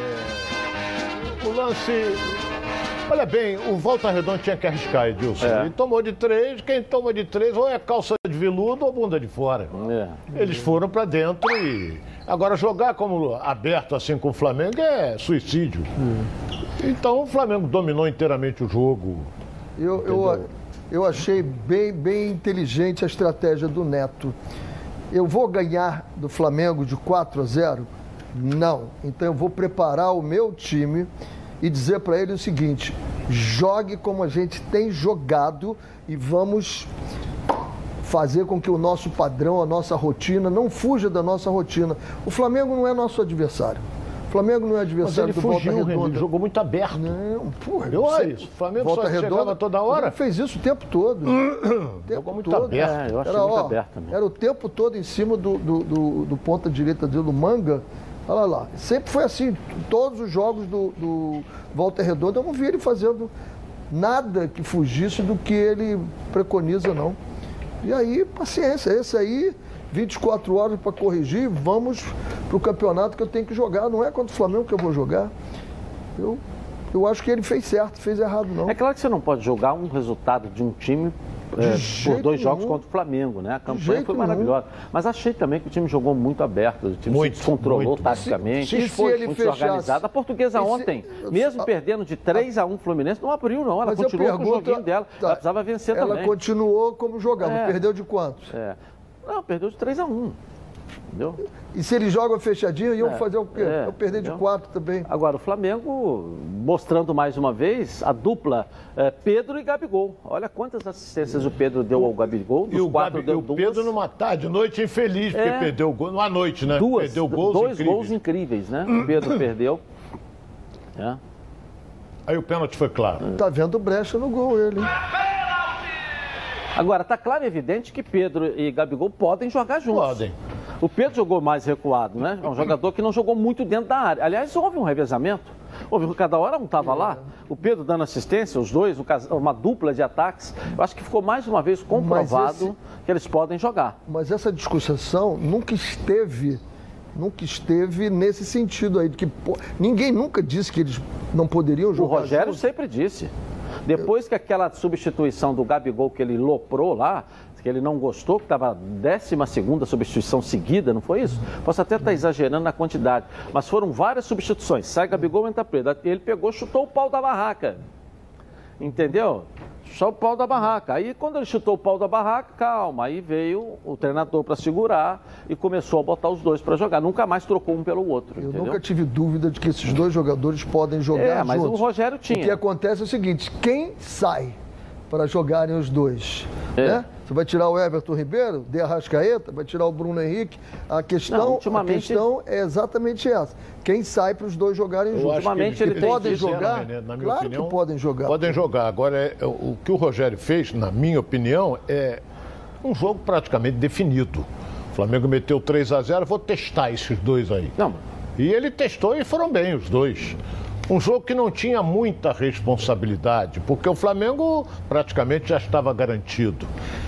É, o lance... Olha bem, o Volta Redonda tinha que arriscar, Edilson. É. Ele tomou de três, quem toma de três ou é calça de veludo ou bunda de fora. É. Eles foram para dentro e... Agora, jogar como aberto assim com o Flamengo é suicídio. Então, o Flamengo dominou inteiramente o jogo. Eu, eu, eu achei bem, bem inteligente a estratégia do Neto. Eu vou ganhar do Flamengo de quatro a zero? Não. Então, eu vou preparar o meu time e dizer para ele o seguinte: jogue como a gente tem jogado e vamos fazer com que o nosso padrão, a nossa rotina, não fuja da nossa rotina. O Flamengo não é nosso adversário. O Flamengo não é Mas adversário ele do Volta fugiu, Redonda. ele jogou muito aberto. Não, porra. Eu olha sei. isso. O Flamengo Volta só Redonda chegava toda hora. Ele fez isso o tempo todo. O tempo Jogou muito todo. aberto. É, eu achei Era, muito ó, aberto também. Era o tempo todo em cima do, do, do, do ponta direita dele, do Manga. Olha lá. Sempre foi assim. Todos os jogos do, do Volta Redonda, eu não vi ele fazendo nada que fugisse do que ele preconiza, não. E aí, paciência. Esse aí, vinte e quatro horas para corrigir, vamos para o campeonato que eu tenho que jogar. Não é contra o Flamengo que eu vou jogar. Eu, eu acho que ele fez certo, fez errado, não. É claro que você não pode jogar um resultado de um time De é, por jeito dois jogos nenhum. contra o Flamengo, né? A campanha jeito foi nenhum. maravilhosa. Mas achei também que o time jogou muito aberto, o time Muito, se descontrolou muito. taticamente, Se- se foi ele muito fechasse- organizado. A Portuguesa e se- ontem, mesmo a- perdendo de três a um o Fluminense, não abriu não, ela Mas eu continuou com o pergunto- joguinho dela. tá, Ela precisava vencer Ela também. continuou como jogava. É. Perdeu de quantos? É. Não, perdeu de três a um. Entendeu? E se eles jogam fechadinho, iam É, fazer o quê? é, eu perder de entendeu? quatro também. Agora, o Flamengo mostrando mais uma vez a dupla é, Pedro e Gabigol. Olha quantas assistências o Pedro deu ao Gabigol. Dos E o, quatro Gabi, deu o duas. Pedro numa tarde, noite infeliz, porque É. perdeu o gol. Numa noite, né? Duas, Perdeu gols dois incríveis. gols incríveis, né? O Pedro perdeu. É. Aí o pênalti foi claro. Tá vendo brecha no gol ele, hein? Agora, tá claro e evidente que Pedro e Gabigol podem jogar juntos. Podem. O Pedro jogou mais recuado, né? É um jogador que não jogou muito dentro da área. Aliás, houve um revezamento. Houve que cada hora um estava lá. O Pedro dando assistência, os dois, um cas- uma dupla de ataques. Eu acho que ficou mais uma vez comprovado esse- que eles podem jogar. Mas essa discussão nunca esteve, nunca esteve nesse sentido aí. De que, pô, ninguém nunca disse que eles não poderiam O jogar Rogério juntos. sempre disse. Depois que aquela substituição do Gabigol que ele loprou lá, que ele não gostou, que estava a décima segunda substituição seguida, não foi isso? Posso até estar exagerando na quantidade, mas foram várias substituições. Sai Gabigol, entra Pedro. Ele pegou, chutou o pau da barraca. Entendeu? Chutou o pau da barraca. Aí quando ele chutou o pau da barraca, calma, aí veio o treinador para segurar e começou a botar os dois para jogar. Nunca mais trocou um pelo outro, Eu entendeu? nunca tive dúvida de que esses dois jogadores podem jogar É, mas juntos. o Rogério O que tinha. acontece é o seguinte, quem sai para jogarem os dois, É. né? Você vai tirar o Everton Ribeiro, De Arrascaeta, vai tirar o Bruno Henrique. A questão, Não, a ultimamente- questão é exatamente essa. Quem sai para os dois jogarem Eu juntos. acho que Ultimamente ele que tem podem fizeram, jogar? né, na minha Claro opinião, que podem jogar. Podem jogar. Agora, é, é, o que o Rogério fez, na minha opinião, é um jogo praticamente definido. O Flamengo meteu três a zero, vou testar esses dois aí. Não, E ele testou e foram bem os dois. um jogo que não tinha muita responsabilidade, porque o Flamengo praticamente já estava garantido.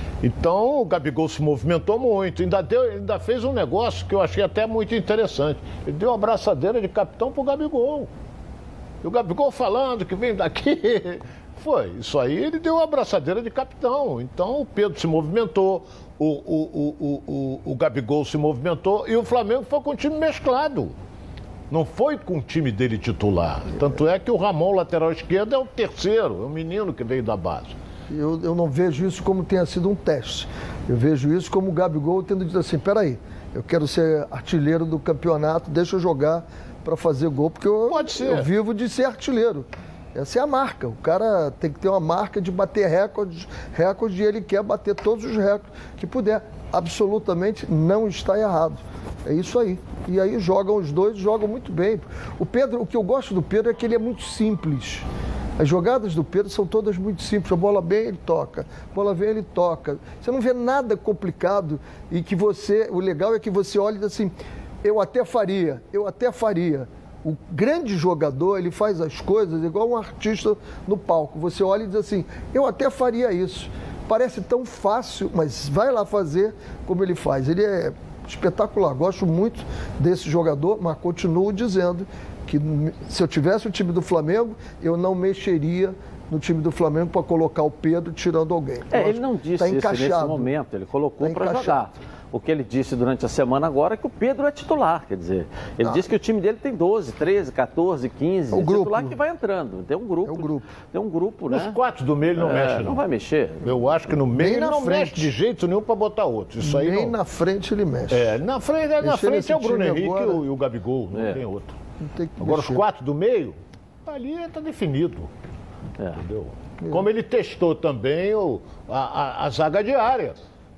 Então o Gabigol se movimentou muito, ainda, deu, ainda fez um negócio que eu achei até muito interessante. Ele deu uma abraçadeira de capitão pro Gabigol. E o Gabigol falando que vem daqui. Foi, isso aí ele deu uma abraçadeira de capitão. Então o Pedro se movimentou, o, o, o, o, o, o Gabigol se movimentou e o Flamengo foi com o time mesclado. Não foi com o time dele titular. Tanto é que o Ramon, lateral esquerdo, é o terceiro, é o menino que veio da base. Eu, eu não vejo isso como tenha sido um teste. Eu vejo isso como o Gabigol tendo dito assim, peraí, eu quero ser artilheiro do campeonato, deixa eu jogar para fazer gol, porque eu, Pode ser. eu vivo de ser artilheiro. Essa é a marca. O cara tem que ter uma marca de bater recordes, recordes e ele quer bater todos os recordes que puder. Absolutamente não está errado. É isso aí. E aí jogam os dois, jogam muito bem. O Pedro, o que eu gosto do Pedro é que ele é muito simples. As jogadas do Pedro são todas muito simples. A bola vem, ele toca. A bola vem, ele toca. Você não vê nada complicado e que você... O legal é que você olha e diz assim, eu até faria, eu até faria. O grande jogador, ele faz as coisas igual um artista no palco. Você olha e diz assim, eu até faria isso. Parece tão fácil, mas vai lá fazer como ele faz. Ele é espetacular. Gosto muito desse jogador, mas continuo dizendo que se eu tivesse o time do Flamengo, eu não mexeria no time do Flamengo para colocar o Pedro tirando alguém. É, ele não disse tá isso encaixado. nesse momento, ele colocou Tá para jogar. encaixado. O que ele disse durante a semana agora é que o Pedro é titular, quer dizer, ele Ah. disse que o time dele tem doze, treze, quatorze, quinze, É o grupo. titular que vai entrando, tem um grupo, É o grupo. tem um grupo, né? Os quatro do meio ele não É, mexe, não. não vai mexer. Eu acho que no meio Nem ele na não frente. mexe de jeito nenhum para botar outro. Isso aí Nem não. na frente ele mexe. É, na frente, na Mexer frente nesse é o Bruno time Henrique agora- e o, e o Gabigol, não É. tem outro. Não tem que Agora mexer. os quatro do meio, ali está definido. É. Entendeu? Como ele testou também o, a, a, a zaga diária.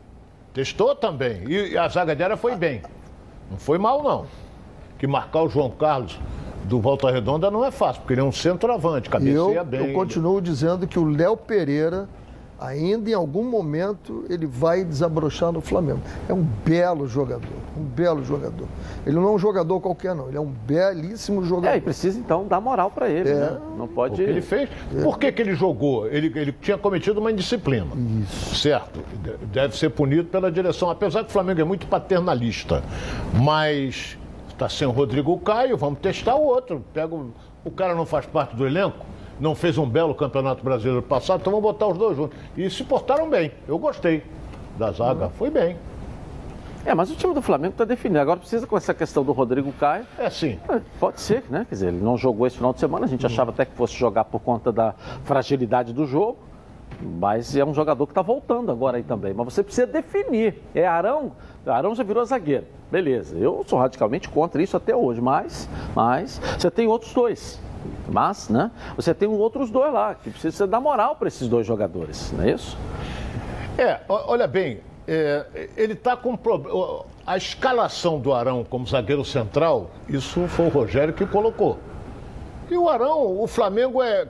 Testou também. E, e a zaga diária foi bem. Não foi mal, não. Que marcar o João Carlos do Volta Redonda não é fácil, porque ele é um centroavante, E cabeceia eu, bem. eu continuo dizendo que o Léo Pereira, ainda em algum momento, ele vai desabrochar no Flamengo. É um belo jogador, um belo jogador. Ele não é um jogador qualquer, não. Ele é um belíssimo jogador. É, e precisa então dar moral para ele, É. né? Não pode... O que ele fez. Por que, que ele jogou? Ele, ele tinha cometido uma indisciplina. Isso. Certo. Deve ser punido pela direção. Apesar que o Flamengo é muito paternalista. Mas está sem o Rodrigo Caio, vamos testar o outro. Pega o... o cara não faz parte do elenco, não fez um belo campeonato brasileiro passado, então vamos botar os dois juntos. E se portaram bem. Eu gostei da zaga. Foi bem. É, mas o time do Flamengo está definido. Agora precisa com essa questão do Rodrigo Caio. É sim. É, pode ser, né? Quer dizer, ele não jogou esse final de semana, a gente achava até que fosse jogar por conta da fragilidade do jogo, mas é um jogador que está voltando agora aí também. Mas você precisa definir. É Arão, Arão já virou zagueiro. Beleza, eu sou radicalmente contra isso até hoje, mas, mas você tem outros dois. Mas, né? Você tem outros dois lá, que precisa dar moral para esses dois jogadores, não é isso? É, o- olha bem, é, ele está com problema. A escalação do Arão como zagueiro central, isso foi o Rogério que colocou. E o Arão, o Flamengo é.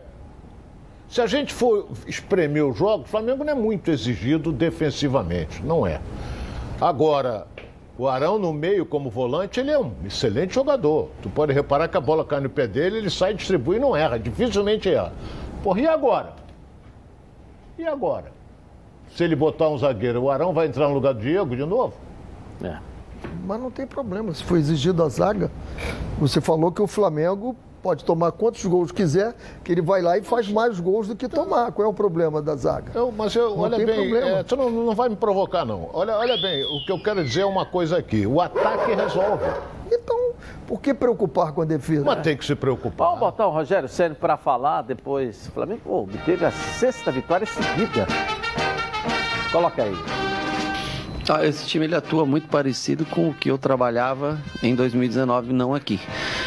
Se a gente for espremer o jogo, o Flamengo não é muito exigido defensivamente, não é. Agora, o Arão no meio como volante, ele é um excelente jogador. Tu pode reparar que a bola cai no pé dele, ele sai, distribui e não erra, dificilmente erra. Porra, e agora? E agora? Se ele botar um zagueiro, o Arão vai entrar no lugar do Diego de novo? É. Mas não tem problema. Se for exigido a zaga, você falou que o Flamengo pode tomar quantos gols quiser, que ele vai lá e faz mais gols do que tomar. Qual é o problema da zaga? Eu, mas eu, Não olha tem bem, problema. é, tu não, não vai me provocar, não. Olha, olha bem, o que eu quero dizer é uma coisa aqui. O ataque resolve. Então, por que preocupar com a defesa? Mas tem que se preocupar. Vamos botar o Rogério Ceni para falar depois. O Flamengo pô, obteve a sexta vitória seguida. Coloca aí. Ah, esse time ele atua muito parecido com o que eu trabalhava em dois mil e dezenove, não aqui.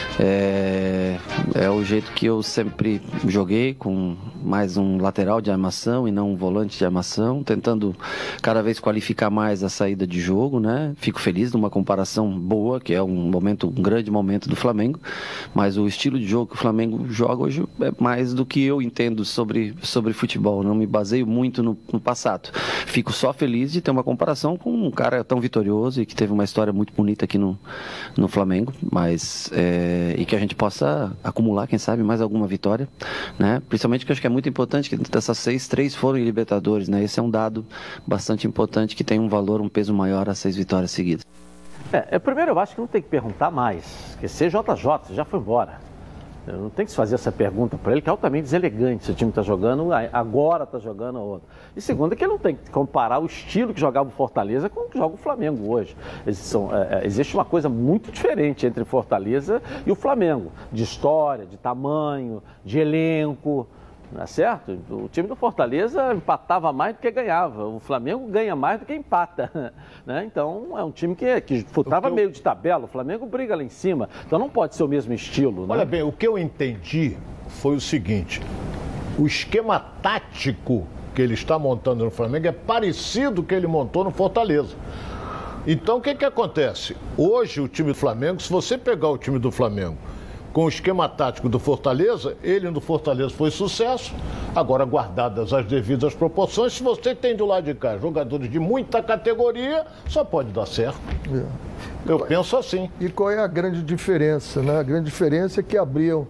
É, é o jeito que eu sempre joguei, com mais um lateral de armação e não um volante de armação, tentando cada vez qualificar mais a saída de jogo, né? Fico feliz numa comparação boa, que é um momento, um grande momento do Flamengo, mas o estilo de jogo que o Flamengo joga hoje é mais do que eu entendo sobre, sobre futebol, não me baseio muito no, no passado. Fico só feliz de ter uma comparação com um cara tão vitorioso e que teve uma história muito bonita aqui no, no Flamengo, mas é, e que a gente possa acompanhar acumular, quem sabe, mais alguma vitória, né? Principalmente que eu acho que é muito importante que dessas seis, três foram em Libertadores, né? Esse é um dado bastante importante que tem um valor, um peso maior às seis vitórias seguidas. É, é, primeiro eu acho que não tem que perguntar mais, porque C J J, você já foi embora. Não tem que se fazer essa pergunta para ele, que é altamente deselegante se o time está jogando, agora está jogando outro. E segundo, é que ele não tem que comparar o estilo que jogava o Fortaleza com o que joga o Flamengo hoje. São, é, existe uma coisa muito diferente entre Fortaleza e o Flamengo, de história, de tamanho, de elenco. Não é certo? O time do Fortaleza empatava mais do que ganhava. O Flamengo ganha mais do que empata. Né? Então, é um time que, que disputava eu... meio de tabela. O Flamengo briga lá em cima. Então, não pode ser o mesmo estilo. Né? Olha bem, o que eu entendi foi o seguinte. O esquema tático que ele está montando no Flamengo é parecido com o que ele montou no Fortaleza. Então, o que, que acontece? Hoje, o time do Flamengo, se você pegar o time do Flamengo com o esquema tático do Fortaleza, ele no Fortaleza foi sucesso, agora guardadas as devidas proporções, se você tem do lado de cá jogadores de muita categoria, só pode dar certo. É. Eu e penso assim. E qual é a grande diferença, né? A grande diferença é que abriam,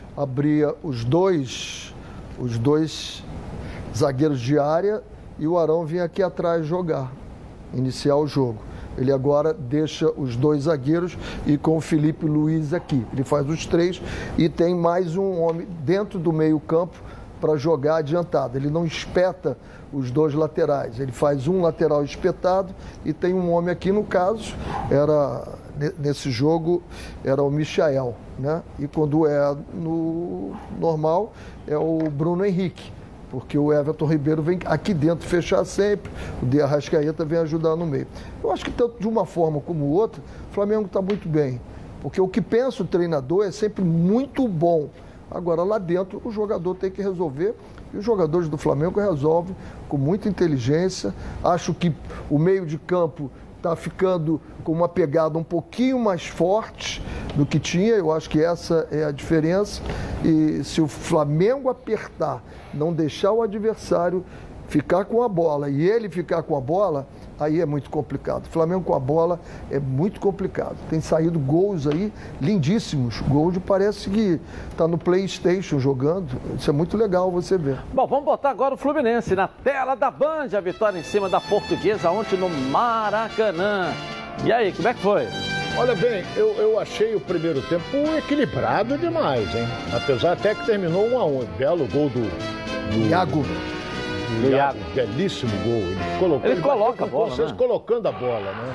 abria os dois, os dois zagueiros de área e o Arão vinha aqui atrás jogar, iniciar o jogo. Ele agora deixa os dois zagueiros e com o Felipe Luiz aqui. Ele faz os três e tem mais um homem dentro do meio-campo para jogar adiantado. Ele não espeta os dois laterais. Ele faz um lateral espetado e tem um homem aqui, no caso, era nesse jogo era o Michael, né? E quando é no normal é o Bruno Henrique. Porque o Everton Ribeiro vem aqui dentro fechar sempre, o De Arrascaeta vem ajudar no meio. Eu acho que tanto de uma forma como outra, o Flamengo está muito bem. Porque o que pensa o treinador é sempre muito bom. Agora, lá dentro, o jogador tem que resolver. E os jogadores do Flamengo resolvem com muita inteligência. Acho que o meio de campo está ficando com uma pegada um pouquinho mais forte do que tinha. Eu acho que essa é a diferença. E se o Flamengo apertar, não deixar o adversário ficar com a bola e ele ficar com a bola, aí é muito complicado. O Flamengo com a bola é muito complicado. Tem saído gols aí lindíssimos. Gol de parece que está no PlayStation jogando. Isso é muito legal você ver. Bom, vamos botar agora o Fluminense na tela da Band. A vitória em cima da Portuguesa ontem no Maracanã. E aí, como é que foi? Olha bem, eu, eu achei o primeiro tempo equilibrado demais, hein? Apesar até que terminou um a um. Belo gol do... do... Iago. Do Iago. Belíssimo gol. Ele, colocou, ele, ele coloca a bola, vocês né? colocando a bola, né?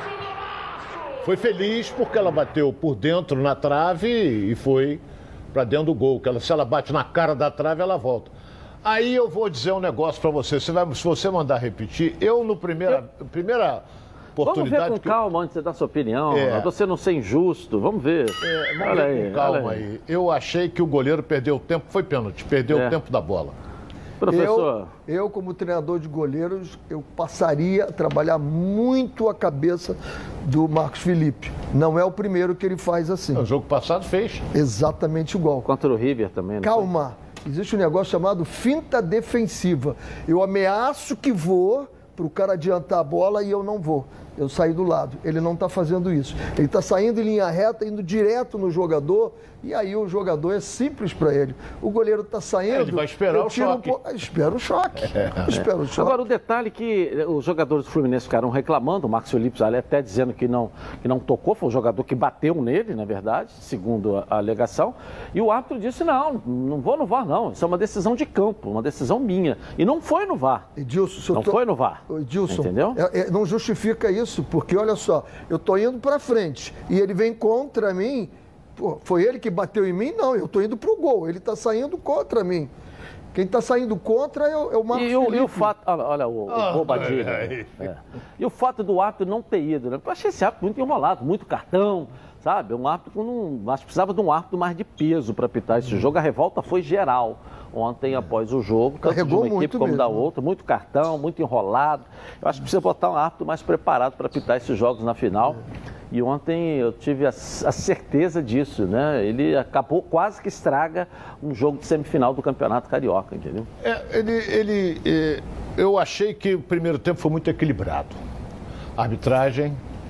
Foi feliz porque ela bateu por dentro na trave e foi para dentro do gol. Que ela, se ela bate na cara da trave, ela volta. Aí eu vou dizer um negócio para você. Você vai, se você mandar repetir, eu no primeira... eu... primeira Vamos ver com calma antes de você dar sua opinião. É. Você não ser injusto. Vamos ver. É, vamos olha ver aí, com calma aí. aí. Eu achei que o goleiro perdeu o tempo. Foi pênalti. Perdeu é. o tempo da bola. Professor. Eu, eu, como treinador de goleiros, eu passaria a trabalhar muito a cabeça do Marcos Felipe. Não é o primeiro que ele faz assim. O jogo passado fez. Exatamente igual. Contra o River também. Não calma. Foi? Existe um negócio chamado finta defensiva. Eu ameaço que vou para o cara adiantar a bola e eu não vou. Eu saí do lado. Ele não está fazendo isso. Ele está saindo em linha reta, indo direto no jogador, e aí o jogador é simples para ele. O goleiro está saindo... É, ele vai esperar o choque. Um po... Espera o choque. É. Espera o choque. Agora, o detalhe é que os jogadores do Fluminense ficaram reclamando, o Marcos Felipe ali até dizendo que não, que não tocou, foi o jogador que bateu nele, na verdade, segundo a, a alegação, e o árbitro disse, não, não vou no V A R, não. Isso é uma decisão de campo, uma decisão minha. E não foi no V A R. Edilson, não tô... foi no V A R. Edilson, entendeu? É, é, não justifica isso, porque olha só, eu estou indo para frente e ele vem contra mim. Pô, foi ele que bateu em mim? Não, eu estou indo para o gol. Ele está saindo contra mim. Quem está saindo contra é o, é o Marcos e o, Felipe. E o fato... Olha, olha o, o oh, Bobadilha. É. É. E o fato do árbitro não ter ido, né? Eu achei esse árbitro muito enrolado, muito cartão, sabe? Um árbitro que não... Acho que precisava de um árbitro mais de peso para apitar esse hum. jogo. A revolta foi geral. Ontem, após o jogo, tanto Carregou de uma equipe como mesmo. da outra, muito cartão, muito enrolado. Eu acho que precisa botar um árbitro mais preparado para apitar esses jogos na final. É. E ontem eu tive a, a certeza disso, né? Ele acabou, quase que estraga um jogo de semifinal do Campeonato Carioca, entendeu? É, ele, ele, é, eu achei que o primeiro tempo foi muito equilibrado. A arbitragem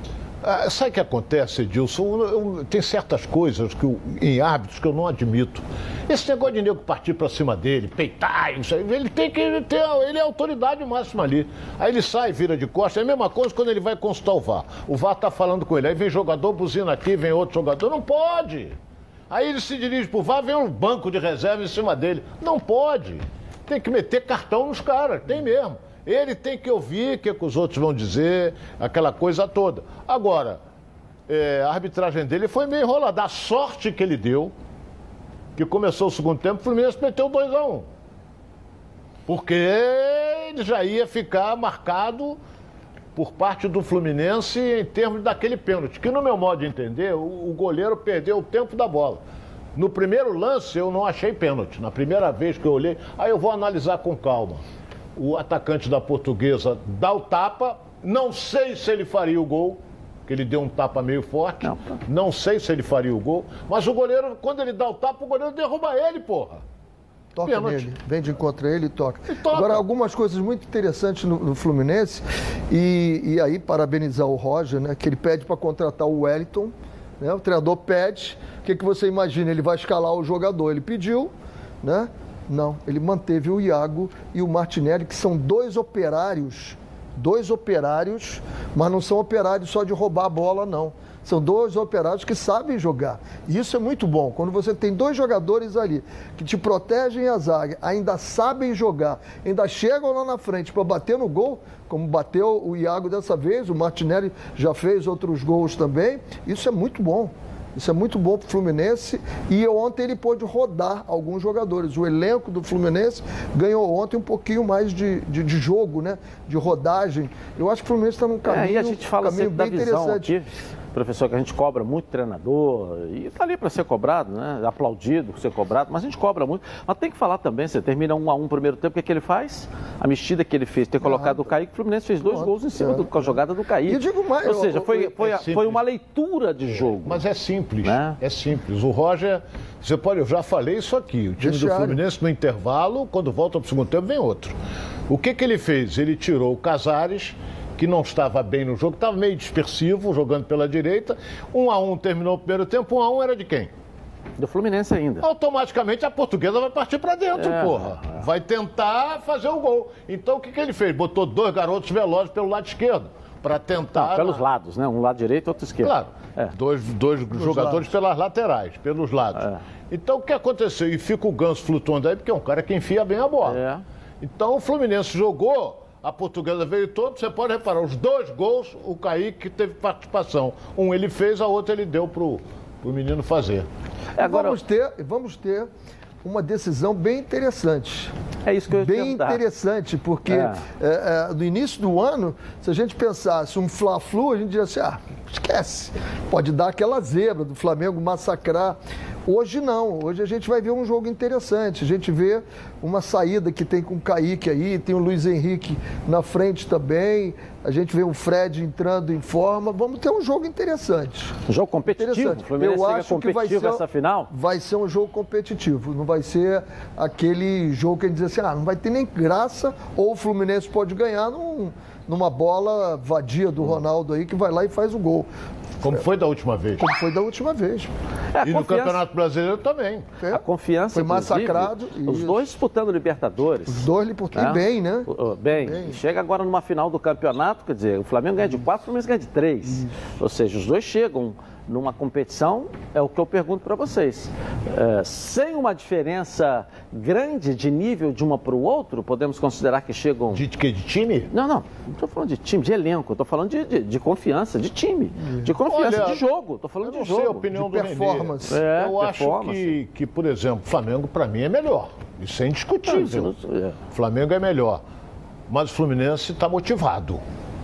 Ah, sabe o que acontece, Edilson? Eu, eu, tem certas coisas que eu, em árbitros que eu não admito. Esse negócio de nego partir pra cima dele, peitar, isso aí, ele tem que ter, ele é a autoridade máxima ali. Aí ele sai, vira de costas, é a mesma coisa quando ele vai consultar o V A R. O V A R tá falando com ele, aí vem jogador, buzina aqui, vem outro jogador, não pode. Aí ele se dirige pro V A R, vem um banco de reserva em cima dele. Não pode. Tem que meter cartão nos caras, tem mesmo. Ele tem que ouvir o que, que os outros vão dizer, aquela coisa toda. Agora, é, a arbitragem dele foi meio enrolada. A sorte que ele deu, que começou o segundo tempo, o Fluminense meteu dois a um. Porque ele já ia ficar marcado por parte do Fluminense em termos daquele pênalti, que no meu modo de entender, o, o goleiro perdeu o tempo da bola. No primeiro lance eu não achei pênalti, na primeira vez que eu olhei, aí eu vou analisar com calma. O atacante da Portuguesa dá o tapa, não sei se ele faria o gol, que ele deu um tapa meio forte, não, não sei se ele faria o gol, mas o goleiro, quando ele dá o tapa, o goleiro derruba ele, porra. Toca Pênalti. nele, vem de encontro a ele e toca. E toca. Agora, algumas coisas muito interessantes no, no Fluminense, e, e aí parabenizar o Roger, né, que ele pede para contratar o Wellington, né, o treinador pede, o que, que você imagina? Ele vai escalar o jogador, ele pediu, né? Não, ele manteve o Iago e o Martinelli, que são dois operários, dois operários, mas não são operários só de roubar a bola, não. São dois operários que sabem jogar. E isso é muito bom. Quando você tem dois jogadores ali que te protegem a zaga, ainda sabem jogar, ainda chegam lá na frente para bater no gol, como bateu o Iago dessa vez, o Martinelli já fez outros gols também, isso é muito bom. Isso é muito bom para o Fluminense e ontem ele pôde rodar alguns jogadores. O elenco do Fluminense ganhou ontem um pouquinho mais de, de, de jogo, né? De rodagem. Eu acho que o Fluminense está num caminho, é, e a gente fala caminho sempre bem da visão interessante. Aqui, professor, que a gente cobra muito treinador e está ali para ser cobrado, né? Aplaudido, ser cobrado, mas a gente cobra muito. Mas tem que falar também, você termina um a um primeiro tempo, o que, é que ele faz? A mexida que ele fez, ter colocado o Kaique, o Fluminense fez dois gols em cima é. do, com a jogada do Kaique. E eu digo mais, Ou seja, foi, foi, é foi uma leitura de jogo. Mas é simples, né? É simples. O Roger, você pode, eu já falei isso aqui, o time Deixaram. do Fluminense no intervalo, quando volta para o segundo tempo, vem outro. O que, que ele fez? Ele tirou o Casares, que não estava bem no jogo, estava meio dispersivo, jogando pela direita. Um a um terminou o primeiro tempo, um a um era de quem? Do Fluminense ainda. Automaticamente a Portuguesa vai partir para dentro, é, porra. É. Vai tentar fazer o gol. Então o que, que ele fez? Botou dois garotos velozes pelo lado esquerdo, para tentar... Não, pelos lados, né? Um lado direito e outro esquerdo. Claro, é. dois, dois jogadores lados. Pelas laterais, pelos lados. É. Então o que aconteceu? E fica o Ganso flutuando aí, porque é um cara que enfia bem a bola. É. Então o Fluminense jogou... A Portuguesa veio todo, você pode reparar, os dois gols, o Kaique teve participação. Um ele fez, a outra ele deu pro, pro menino fazer. É, agora... vamos, ter, vamos ter uma decisão bem interessante. É isso que eu ia Bem interessante, porque é. É, é, no início do ano, se a gente pensasse um Fla-Flu, a gente diria assim, ah, esquece. Pode dar aquela zebra do Flamengo massacrar. Hoje não, hoje a gente vai ver um jogo interessante, a gente vê uma saída que tem com o Kaique aí, tem o Luiz Henrique na frente também, a gente vê o Fred entrando em forma, vamos ter um jogo interessante. Um jogo competitivo, o Fluminense Eu acho que vai ser, essa final? Vai ser um jogo competitivo, não vai ser aquele jogo que a gente diz assim, ah, não vai ter nem graça, ou o Fluminense pode ganhar num, numa bola vadia do Ronaldo aí, que vai lá e faz o gol. Como foi da última vez. Como foi da última vez. É, e no Campeonato Brasileiro também. É. A confiança, foi massacrado. Os isso. dois disputando Libertadores. Os dois disputando é. bem, né? Bem, bem. Chega agora numa final do campeonato, quer dizer, o Flamengo ganha de quatro, o Fluminense ganha de três. Isso. Ou seja, os dois chegam numa competição, é o que eu pergunto para vocês. É, sem uma diferença grande de nível de uma para o outro, podemos considerar que chegam... De que? De time? Não, não. Não estou falando de time, de elenco. Estou falando de, de, de confiança, de time. De confiança, Olha, de jogo. Estou falando eu não de jogo. Sei a opinião de do performance. É, eu performance. acho que, que, por exemplo, o Flamengo, para mim, é melhor. Isso é indiscutível. Não, não, é. O Flamengo é melhor. Mas o Fluminense está motivado.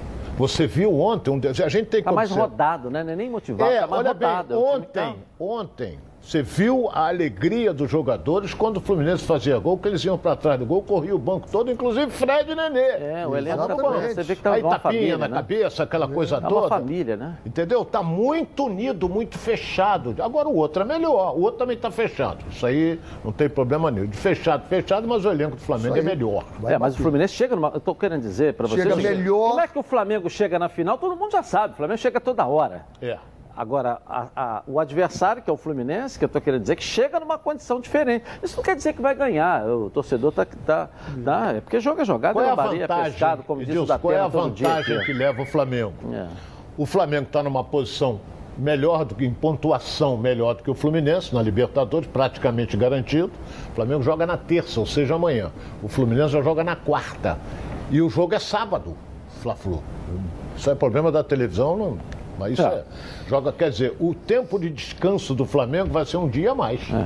Você viu ontem, um... a gente tem que... Está mais rodado, né? Não é nem motivado, é, está mais olha rodado. Bem, ontem, ontem, Você viu a alegria dos jogadores quando o Fluminense fazia gol, que eles iam para trás do gol, corria o banco todo, inclusive Fred e Nenê. É, o elenco tá bom. Você vê que tá aí uma tapinha família, na né? cabeça, aquela coisa é toda. É uma família, né? Entendeu? Tá muito unido, muito fechado. Agora o outro é melhor, o outro também tá fechado. Isso aí não tem problema nenhum. De fechado, fechado, mas o elenco do Flamengo é melhor. Vai é, mas bater. O Fluminense chega numa... Eu tô querendo dizer para vocês... Chega melhor... Como é que o Flamengo chega na final? Todo mundo já sabe. O Flamengo chega toda hora. É. Agora, a, a, o adversário, que é o Fluminense, que eu estou querendo dizer, que chega numa condição diferente. Isso não quer dizer que vai ganhar. O torcedor está... Tá, tá, é porque joga jogado, qual é a lambaria, vantagem, pescado, como Edilson, diz o da qual é a todo vantagem dia, que leva o Flamengo? É. O Flamengo está numa posição melhor do que, em pontuação, melhor do que o Fluminense, na Libertadores, praticamente garantido. O Flamengo joga na terça, ou seja, amanhã. O Fluminense já joga na quarta. E o jogo é sábado, Fla-Flu. Isso é problema da televisão, não... Mas isso é. é. Joga, quer dizer, o tempo de descanso do Flamengo vai ser um dia a mais. É.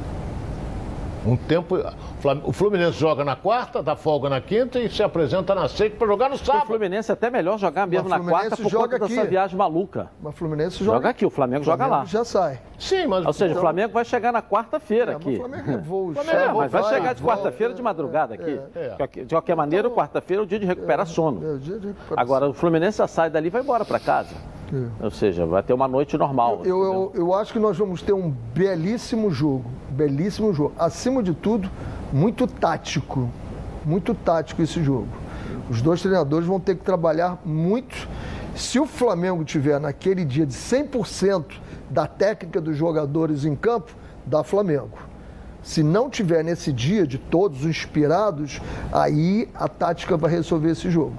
Um tempo. O Fluminense joga na quarta, dá folga na quinta e se apresenta na sexta para jogar no sábado. O Fluminense é até melhor jogar mesmo na quarta por conta aqui. dessa viagem maluca. Mas o Fluminense joga, joga aqui, o Flamengo, o Flamengo joga lá. Já sai. Sim, mas. Ou seja, então... o Flamengo vai chegar na quarta-feira é, aqui. O Flamengo voo, é, mas vai, vai chegar de quarta-feira de madrugada aqui. É, é. De qualquer maneira, então, quarta-feira é o dia de recuperar é, sono. É, o dia de recuperação. Agora, o Fluminense já sai dali e vai embora para casa. É. Ou seja, vai ter uma noite normal. Eu, eu, eu acho que nós vamos ter um belíssimo jogo. Belíssimo jogo. Acima de tudo, muito tático. Muito tático esse jogo. Os dois treinadores vão ter que trabalhar muito. Se o Flamengo tiver naquele dia de cem por cento da técnica dos jogadores em campo, dá Flamengo. Se não tiver nesse dia de todos inspirados, aí a tática vai resolver esse jogo.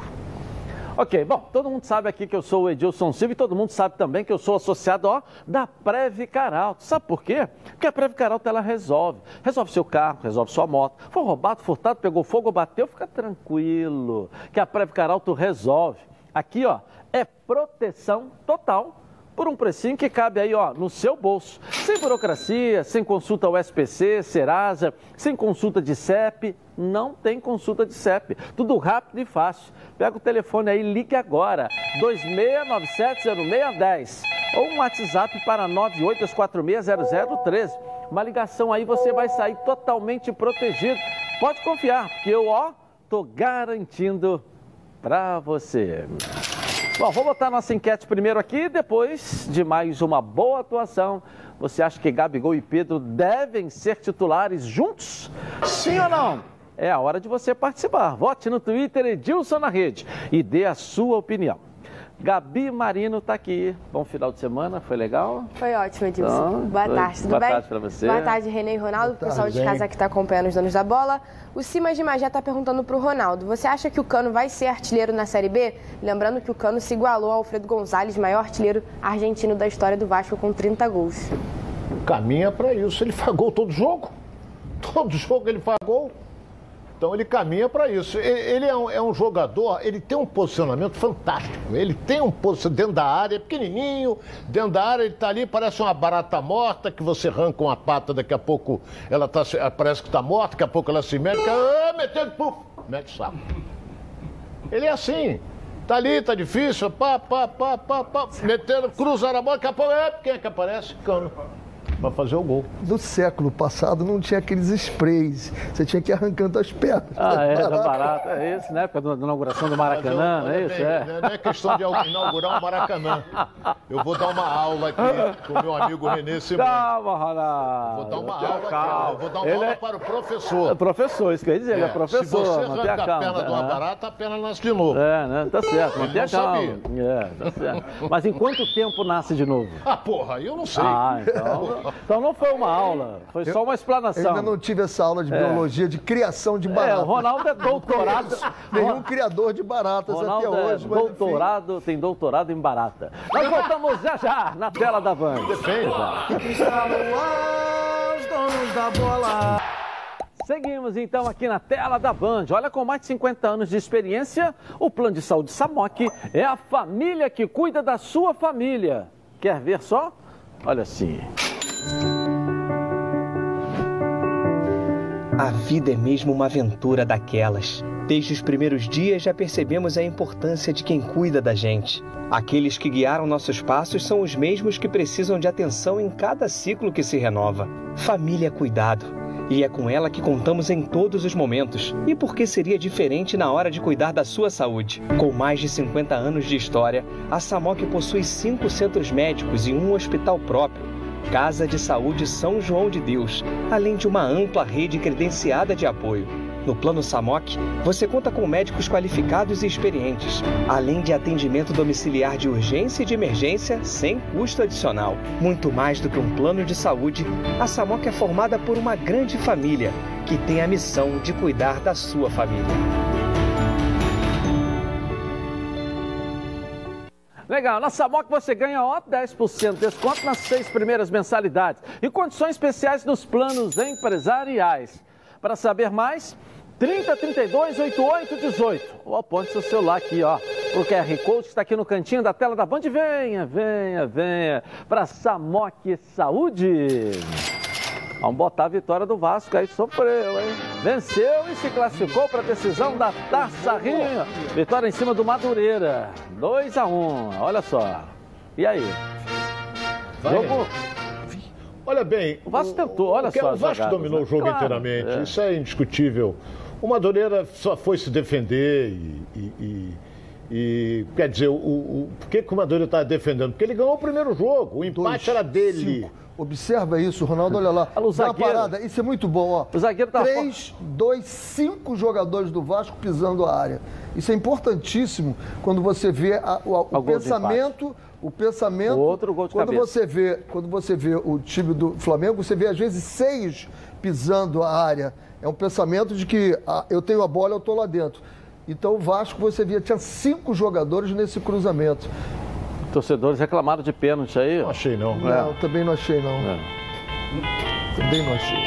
Ok, bom, todo mundo sabe aqui que eu sou o Edilson Silva e todo mundo sabe também que eu sou associado, ó, da Previcaralto. Sabe por quê? Porque a Previcaralto, ela resolve. Resolve seu carro, resolve sua moto. Foi roubado, furtado, pegou fogo ou bateu, fica tranquilo. Que a Previcaralto resolve. Aqui, ó, é proteção total por um precinho que cabe aí, ó, no seu bolso. Sem burocracia, sem consulta ao S P C, Serasa, sem consulta de C E P, não tem consulta de C E P. Tudo rápido e fácil. Pega o telefone aí, ligue agora, dois seis nove sete zero seis um zero ou um WhatsApp para nove oito dois quatro seis zero zero um três. Uma ligação aí, você vai sair totalmente protegido. Pode confiar, porque eu, ó, tô garantindo para você. Bom, vou botar nossa enquete primeiro aqui, depois de mais uma boa atuação. Você acha que Gabigol e Pedro devem ser titulares juntos? Sim ou não? É a hora de você participar. Vote no Twitter Edilson na Rede e dê a sua opinião. Gabi Marino está aqui. Bom final de semana, foi legal? Foi ótimo, Edilson. Então, boa foi... tarde, tudo boa bem? Boa tarde para você. Boa tarde, Renê e Ronaldo, o pessoal de bem. casa que está acompanhando os donos da bola. O Simas de Magé está perguntando para o Ronaldo, você acha que o Cano vai ser artilheiro na Série B? Lembrando que o Cano se igualou ao Alfredo Gonzalez, maior artilheiro argentino da história do Vasco, com trinta gols. Caminha para isso. Ele faz gol todo jogo. Todo jogo ele faz gol. Então ele caminha para isso. Ele é um, é um jogador, ele tem um posicionamento fantástico. Ele tem um posicionamento dentro da área, pequenininho, dentro da área ele está ali, parece uma barata morta, que você arranca uma pata, daqui a pouco ela tá, parece que está morta, daqui a pouco ela se mete, ah, metendo, puf, mete o saco. Ele é assim. Tá ali, tá difícil, pá, pá, pá, pá, pá, metendo, cruzar a bola, daqui a pouco, é, quem é que aparece? Cano. Para fazer o gol. No século passado não tinha aqueles sprays. Você tinha que ir arrancando as pernas. Ah, é, da barata. É isso, né? Época da inauguração do Maracanã, não é isso? Bem, é. Não é questão de inaugurar o Maracanã. Eu vou dar uma aula aqui com o meu amigo Renê Simões. Calma, Ronaldo. Vou dar uma aula calma. aqui. Eu vou dar uma ele aula é... para o professor. É professor, isso quer dizer, é. ele é professor. Se você arranca a, calma, perna de uma é. barata, a perna nasce de novo. É, né? Tá certo, mantenha calma. Sabia. É, tá certo. Mas em quanto tempo nasce de novo? Ah, porra, eu não sei. Ah, então, então não foi uma aula, foi só uma explanação. Eu ainda não tive essa aula de biologia, é. de criação de baratas. É, o Ronaldo é doutorado. Nenhum criador de baratas Ronaldo até hoje. É doutorado, tem doutorado em barata. Nós voltamos já já na tela da Band. Defende. Está no ar, os donos da bola. Seguimos então aqui na tela da Band. Olha, com mais de cinquenta anos de experiência, o Plano de Saúde Samok é a família que cuida da sua família. Quer ver só? Olha assim. A vida é mesmo uma aventura daquelas. Desde os primeiros dias já percebemos a importância de quem cuida da gente. Aqueles que guiaram nossos passos são os mesmos que precisam de atenção em cada ciclo que se renova. Família é cuidado. E é com ela que contamos em todos os momentos. E por que seria diferente na hora de cuidar da sua saúde? Com mais de cinquenta anos de história, a Samok possui cinco centros médicos e um hospital próprio. Casa de Saúde São João de Deus, além de uma ampla rede credenciada de apoio. No Plano Samok, você conta com médicos qualificados e experientes, além de atendimento domiciliar de urgência e de emergência sem custo adicional. Muito mais do que um plano de saúde, a Samok é formada por uma grande família que tem a missão de cuidar da sua família. Legal, na Samok você ganha ó, dez por cento de desconto nas seis primeiras mensalidades e condições especiais nos planos empresariais. Para saber mais, trinta, trinta e dois, oitenta e oito, dezoito. Ou aponte seu celular aqui, ó, pro Q R Code que está aqui no cantinho da tela da Band. Venha, venha, venha para Samok Saúde. Vamos botar a vitória do Vasco aí, sofreu, hein? Venceu e se classificou para a decisão da Taça Rio. Vitória em cima do Madureira, dois a um, olha só. E aí? Vai. Jogo... Olha bem, o Vasco tentou, olha só. O Vasco jogadas, dominou, né, o jogo claro, inteiramente, é. Isso é indiscutível. O Madureira só foi se defender e... e, e... E, quer dizer, o, o, por que, que o Madureira está defendendo? Porque ele ganhou o primeiro jogo, o empate Dois, era dele. Cinco. Observa isso, Ronaldo, olha lá. Olha o Dá uma parada, isso é muito bom, ó. O zagueiro tá Três, dois, cinco jogadores do Vasco pisando a área. Isso é importantíssimo quando você vê a, o, o pensamento, o pensamento. O outro gol de quando cabeça. você vê, quando você vê o time do Flamengo, você vê às vezes seis pisando a área. É um pensamento de que ah, eu tenho a bola, eu estou lá dentro. Então o Vasco, você via, tinha cinco jogadores nesse cruzamento. Torcedores reclamaram de pênalti aí? Não achei, não. Não, é. também não achei, não. É. Também não achei.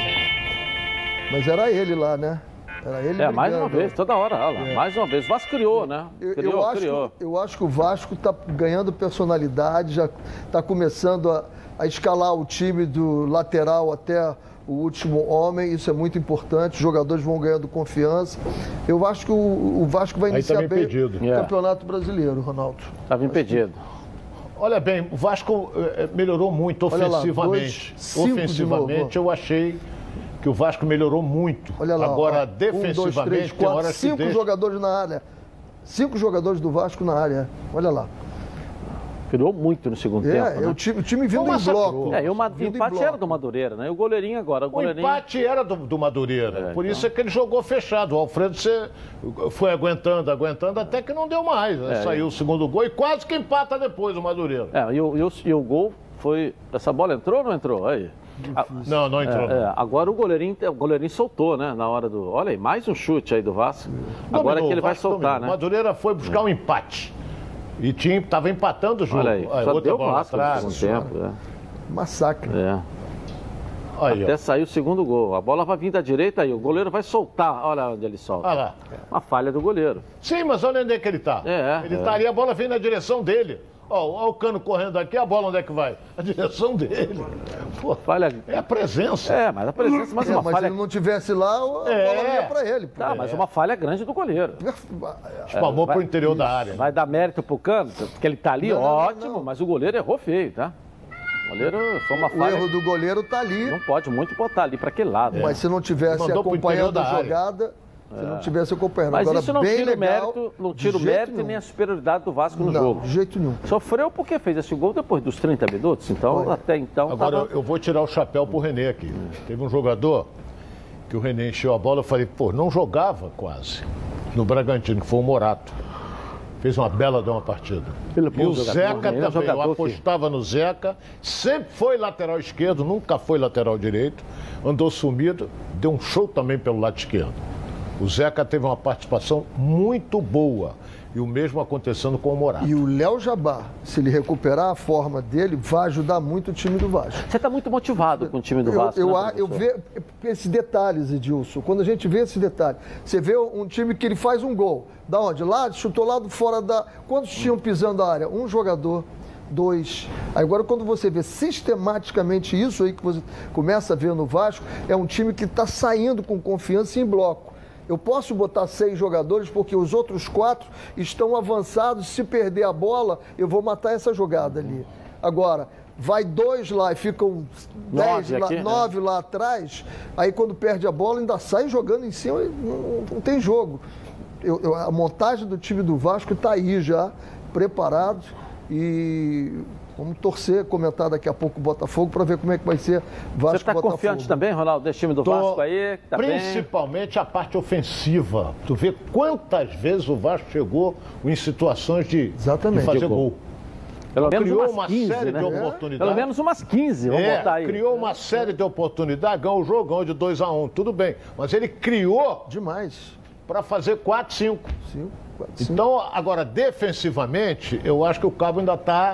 Mas era ele lá, né? Era ele É, brigando. Mais uma vez, toda hora, olha lá. É. Mais uma vez. O Vasco criou, né? Criou, eu, acho, criou. eu acho que o Vasco está ganhando personalidade, já está começando a, a escalar o time do lateral até o último homem, isso é muito importante, os jogadores vão ganhando confiança. Eu acho que o, o Vasco vai iniciar bem o yeah. Campeonato Brasileiro, Ronaldo. Estava impedido. Olha bem, o Vasco melhorou muito ofensivamente. Lá, dois, ofensivamente, eu achei que o Vasco melhorou muito. Olha lá, agora, ó, defensivamente, um, dois, três, quatro, hora cinco deixa... jogadores na área. Cinco jogadores do Vasco na área. Olha lá. Criou muito no segundo é, tempo. É, né? o time, o time vindo em bloco. É, e o empate era do Madureira, né? E o goleirinho agora. O, goleirinho... o empate era do, do Madureira. É, Por então... isso é que ele jogou fechado. O Alfredo você foi aguentando, aguentando, até que não deu mais. Né? É, Saiu é. o segundo gol e quase que empata depois o Madureira. É, e o, e o, e o gol foi... Essa bola entrou ou não entrou? Aí. Não, não entrou. É, é, agora o goleirinho, o goleirinho soltou, né? Na hora do... Olha aí, mais um chute aí do Vasco. Dominou, agora é que ele vai soltar, dominou. né? O Madureira foi buscar um empate. E estava empatando o jogo. Olha aí, Olha, só outra deu bola Vasco atrás, no segundo tempo. É. Massacre. É. Aí, Até ó. sair o segundo gol. A bola vai vir da direita aí, o goleiro vai soltar. Olha onde ele solta. Olha lá. Uma falha do goleiro. Sim, mas olha onde é que ele está. É, ele é. está ali, a bola vem na direção dele. Ó, ó o Cano correndo aqui, a bola onde é que vai? A direção dele. Pô, falha... É a presença. É, mas a presença, mas é, uma mas falha... se ele não tivesse lá, a é. bola ia para ele. Tá, é. mas uma falha grande do goleiro. Espalmou é, para o interior isso. da área. Vai dar mérito pro Cano, porque ele tá ali, não, ótimo, não, não. mas o goleiro errou feio, tá? O goleiro foi uma falha... O erro do goleiro tá ali. Não pode muito botar ali para aquele lado. É. Mas se não tivesse acompanhando a jogada... É. Se não tivesse acompanhando. Mas Agora, isso não bem tira o legal, mérito, não tira o mérito nem a superioridade do Vasco no não, jogo. De jeito nenhum. Sofreu porque fez esse gol depois dos trinta minutos, então Foi. até então... Agora tava... eu vou tirar o chapéu pro René aqui. Hum. Teve um jogador que o René encheu a bola, eu falei, pô, não jogava quase no Bragantino, que foi o Morato. Fez uma bela de uma partida. Pelo e o jogador, Zeca né? também, eu apostava que... no Zeca, sempre foi lateral esquerdo, nunca foi lateral direito, andou sumido, deu um show também pelo lado esquerdo. O Zeca teve uma participação muito boa. E o mesmo acontecendo com o Morato. E o Léo Jabá, se ele recuperar a forma dele, vai ajudar muito o time do Vasco. Você está muito motivado com o time do Vasco, Eu, né, eu, eu vejo esses detalhes, Edilson. Quando a gente vê esse detalhe, você vê um time que ele faz um gol. Da onde? Lá, chutou lá do fora da... Quantos tinham pisando a área? Um jogador. dois. Agora, quando você vê sistematicamente isso aí que você começa a ver no Vasco, é um time que está saindo com confiança em bloco. Eu posso botar seis jogadores porque os outros quatro estão avançados. Se perder a bola, eu vou matar essa jogada ali. Agora, vai dois lá e ficam dez, lá, aqui, nove né? lá atrás, aí quando perde a bola ainda sai jogando em cima, não, não tem jogo. Eu, eu, a montagem do time do Vasco está aí já, preparado, e vamos torcer, comentar daqui a pouco o Botafogo para ver como é que vai ser Vasco. Você está confiante também, Ronaldo, desse time do Tô, Vasco aí? Tá principalmente bem? a parte ofensiva. Tu vê quantas vezes o Vasco chegou em situações de, de fazer gol. Pelo menos criou umas uma quinze, série né? de oportunidades. Pelo menos umas quinze, vamos é, botar aí. Criou uma série de oportunidades, ganhou o jogo, ganhou de dois a um, tudo bem. Mas ele criou demais para fazer quatro, cinco. cinco, quatro, cinco. Então, agora, defensivamente, eu acho que o Cabo ainda está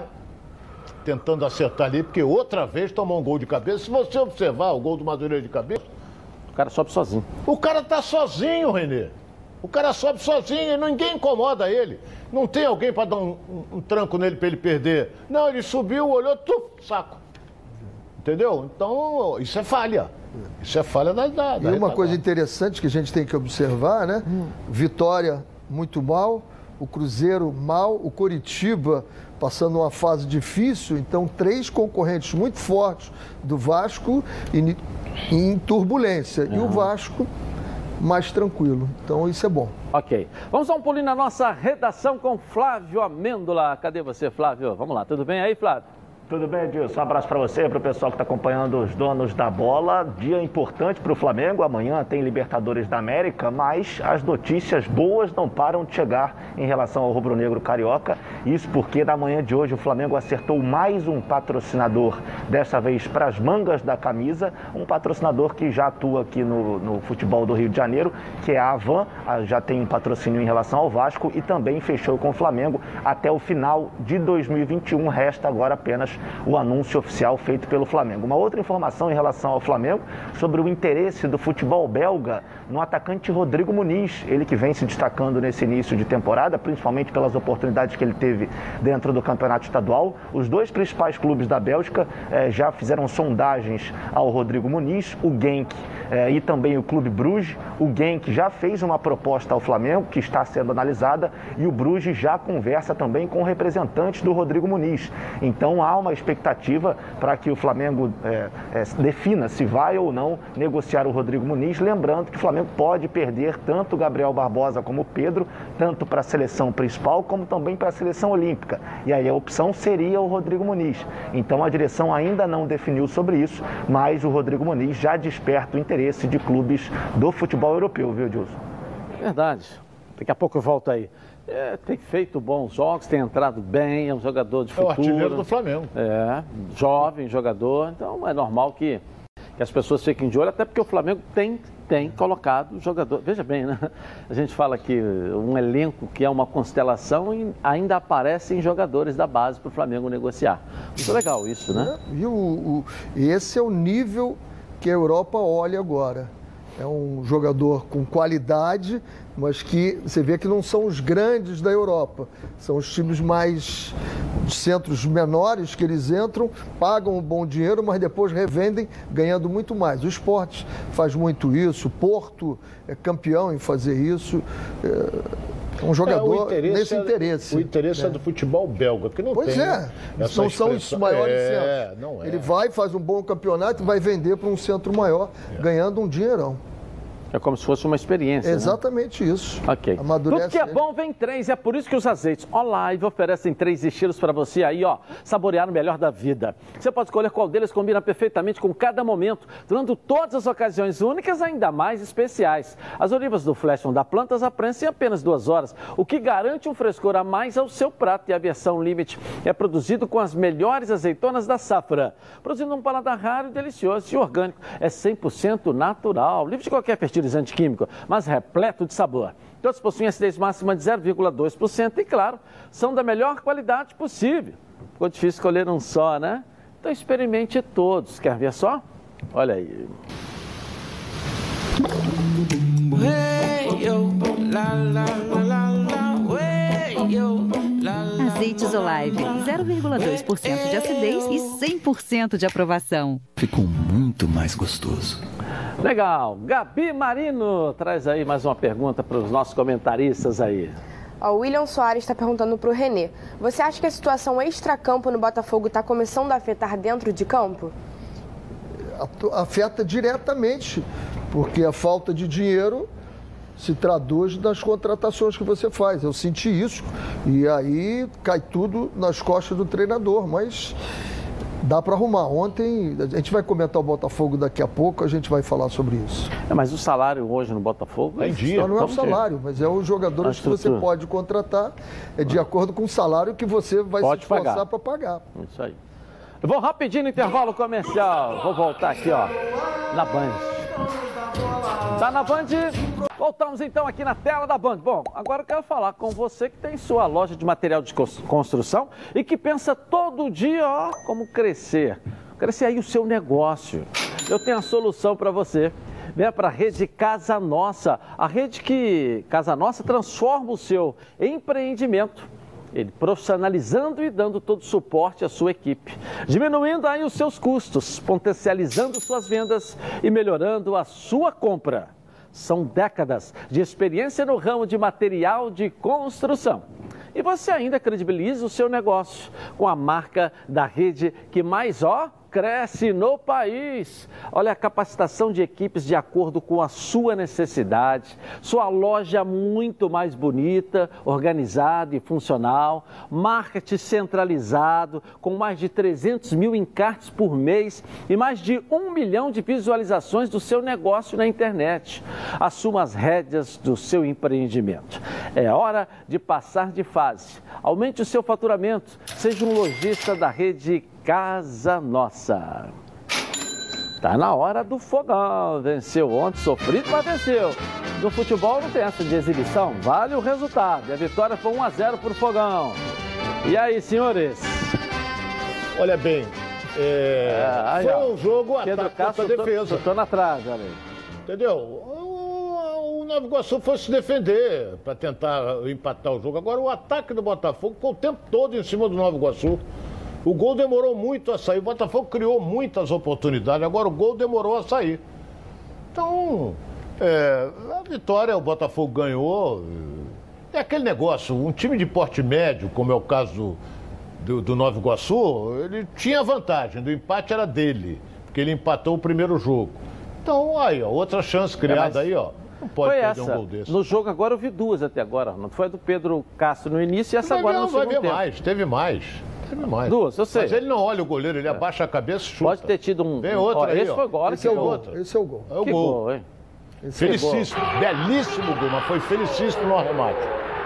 tentando acertar ali, porque outra vez tomou um gol de cabeça. Se você observar o gol do Madureira de cabeça, o cara sobe sozinho. O cara tá sozinho, Renê. O cara sobe sozinho, ninguém incomoda ele. Não tem alguém para dar um, um, um tranco nele para ele perder. Não, ele subiu, olhou, tuf, saco. Entendeu? Então, isso é falha. Isso é falha da idade. E uma coisa interessante que a gente tem que observar, né? Hum. Vitória muito mal, o Cruzeiro mal, o Coritiba passando uma fase difícil. Então, três concorrentes muito fortes do Vasco em, em turbulência. Uhum. E o Vasco mais tranquilo. Então, isso é bom. Ok. Vamos dar um pulinho na nossa redação com Flávio Amêndola. Cadê você, Flávio? Vamos lá. Tudo bem aí, Flávio? Tudo bem, Edilson? Um abraço para você, para o pessoal que está acompanhando os donos da bola. Dia importante para o Flamengo. Amanhã tem Libertadores da América, mas as notícias boas não param de chegar em relação ao rubro-negro carioca. Isso porque na manhã de hoje o Flamengo acertou mais um patrocinador, dessa vez para as mangas da camisa, um patrocinador que já atua aqui no, no futebol do Rio de Janeiro, que é a Avan, já tem um patrocínio em relação ao Vasco e também fechou com o Flamengo até o final de dois mil e vinte e um. Resta agora apenas o anúncio oficial feito pelo Flamengo. Uma outra informação em relação ao Flamengo sobre o interesse do futebol belga no atacante Rodrigo Muniz, ele que vem se destacando nesse início de temporada, principalmente pelas oportunidades que ele teve dentro do campeonato estadual. Os dois principais clubes da Bélgica eh, já fizeram sondagens ao Rodrigo Muniz, o Genk eh, e também o Clube Bruges. O Genk já fez uma proposta ao Flamengo, que está sendo analisada, e o Bruges já conversa também com representantes do Rodrigo Muniz. Então há uma expectativa para que o Flamengo é, é, defina se vai ou não negociar o Rodrigo Muniz, lembrando que o Flamengo pode perder tanto o Gabriel Barbosa como o Pedro, tanto para a seleção principal como também para a seleção olímpica. E aí a opção seria o Rodrigo Muniz. Então a direção ainda não definiu sobre isso, mas o Rodrigo Muniz já desperta o interesse de clubes do futebol europeu, viu, Edilson? Verdade. Daqui a pouco eu volto aí. É, tem feito bons jogos, tem entrado bem, é um jogador de futuro. É o artilheiro do Flamengo. É, jovem jogador, então é normal que, que as pessoas fiquem de olho, até porque o Flamengo tem, tem colocado jogador. Veja bem, né? A gente fala que um elenco que é uma constelação e ainda aparecem jogadores da base para o Flamengo negociar. Muito legal isso, né? É, e o, o, esse é o nível que a Europa olha agora. É um jogador com qualidade, mas que você vê que não são os grandes da Europa. São os times mais de centros menores que eles entram, pagam um bom dinheiro, mas depois revendem ganhando muito mais. O Sport faz muito isso, o Porto é campeão em fazer isso. É um jogador é, nesse é, interesse. O interesse é. é do futebol belga, que não pois tem. Pois é, não são os maiores é, centros. Não é. Ele vai, faz um bom campeonato e vai vender para um centro maior, é. ganhando um dinheirão. É como se fosse uma experiência, exatamente, né? Isso. Ok. Tudo que é bom vem três, é por isso que os azeites Olive oferecem três estilos para você aí, ó, saborear o melhor da vida. Você pode escolher qual deles combina perfeitamente com cada momento, tornando todas as ocasiões únicas ainda mais especiais. As olivas do Flash vão dar plantas à prensa em apenas duas horas, o que garante um frescor a mais ao seu prato. E a versão Limite é produzido com as melhores azeitonas da safra, produzindo um paladar raro, delicioso e orgânico. É cem por cento natural, livre de qualquer fertilizante químico, mas repleto de sabor. Todos possuem acidez máxima de zero vírgula dois por cento e, claro, são da melhor qualidade possível. Ficou difícil escolher um só, né? Então experimente todos. Quer ver só? Olha aí. Azeites Olive, zero vírgula dois por cento de acidez e cem por cento de aprovação. Ficou muito mais gostoso. Legal. Gabi Marino traz aí mais uma pergunta para os nossos comentaristas aí. O William Soares está perguntando para o Renê. Você acha que a situação extracampo no Botafogo está começando a afetar dentro de campo? Afeta diretamente, porque a falta de dinheiro se traduz nas contratações que você faz. Eu senti isso e aí cai tudo nas costas do treinador, mas dá para arrumar. Ontem, a gente vai comentar o Botafogo daqui a pouco, a gente vai falar sobre isso. É, mas o salário hoje no Botafogo é dia. Não, não é o salário, mas é os jogadores que você pode contratar é de acordo com o salário que você vai pode se esforçar para pagar. Isso aí. Eu vou rapidinho no intervalo comercial. Vou voltar aqui, ó, na Band. Tá na Band? Voltamos então aqui na tela da Band. Bom, agora eu quero falar com você que tem sua loja de material de construção e que pensa todo dia, ó, como crescer. Crescer aí o seu negócio. Eu tenho a solução para você. Venha para a rede Casa Nossa. A rede que Casa Nossa transforma o seu empreendimento. Ele profissionalizando e dando todo o suporte à sua equipe, diminuindo aí os seus custos, potencializando suas vendas e melhorando a sua compra. São décadas de experiência no ramo de material de construção. E você ainda credibiliza o seu negócio com a marca da rede que mais, ó, cresce no país. Olha a capacitação de equipes de acordo com a sua necessidade, sua loja muito mais bonita, organizada e funcional, marketing centralizado, com mais de trezentos mil encartes por mês e mais de um milhão de visualizações do seu negócio na internet. Assuma as rédeas do seu empreendimento. É hora de passar de fase. Aumente o seu faturamento, seja um lojista da rede Casa Nossa. Tá na hora do fogão. Venceu ontem, sofrido, mas venceu. No futebol não tem essa de exibição, vale o resultado. E a vitória foi um a zero pro Fogão. E aí, senhores? Olha bem, é... É, aí, foi ó, um jogo Pedro ataque contra a defesa. Tô na trave, olha aí. Entendeu? O, o Nova Iguaçu foi se defender para tentar empatar o jogo. Agora o ataque do Botafogo ficou o tempo todo em cima do Nova Iguaçu. O gol demorou muito a sair. O Botafogo criou muitas oportunidades. Agora o gol demorou a sair. Então, é, a vitória, o Botafogo ganhou. É aquele negócio. Um time de porte médio, como é o caso do, do Nova Iguaçu, ele tinha vantagem. Do empate era dele, porque ele empatou o primeiro jogo. Então, aí, ó, outra chance criada é, aí, ó. Não pode foi perder essa. um gol desse. No jogo agora eu vi duas até agora. Não foi a do Pedro Castro no início e essa agora no segundo tempo. Vai ver mais, teve mais. Teve mais. Duas, eu sei. Mas ele não olha o goleiro, ele é. abaixa a cabeça e chuta. Pode ter tido um... Tem outra ó, aí, esse ó. foi gol. Esse é o gol. Outra. Esse é o gol. É o que gol. gol, hein? Esse felicíssimo. É gol. Belíssimo gol, mas foi felicíssimo no arremate.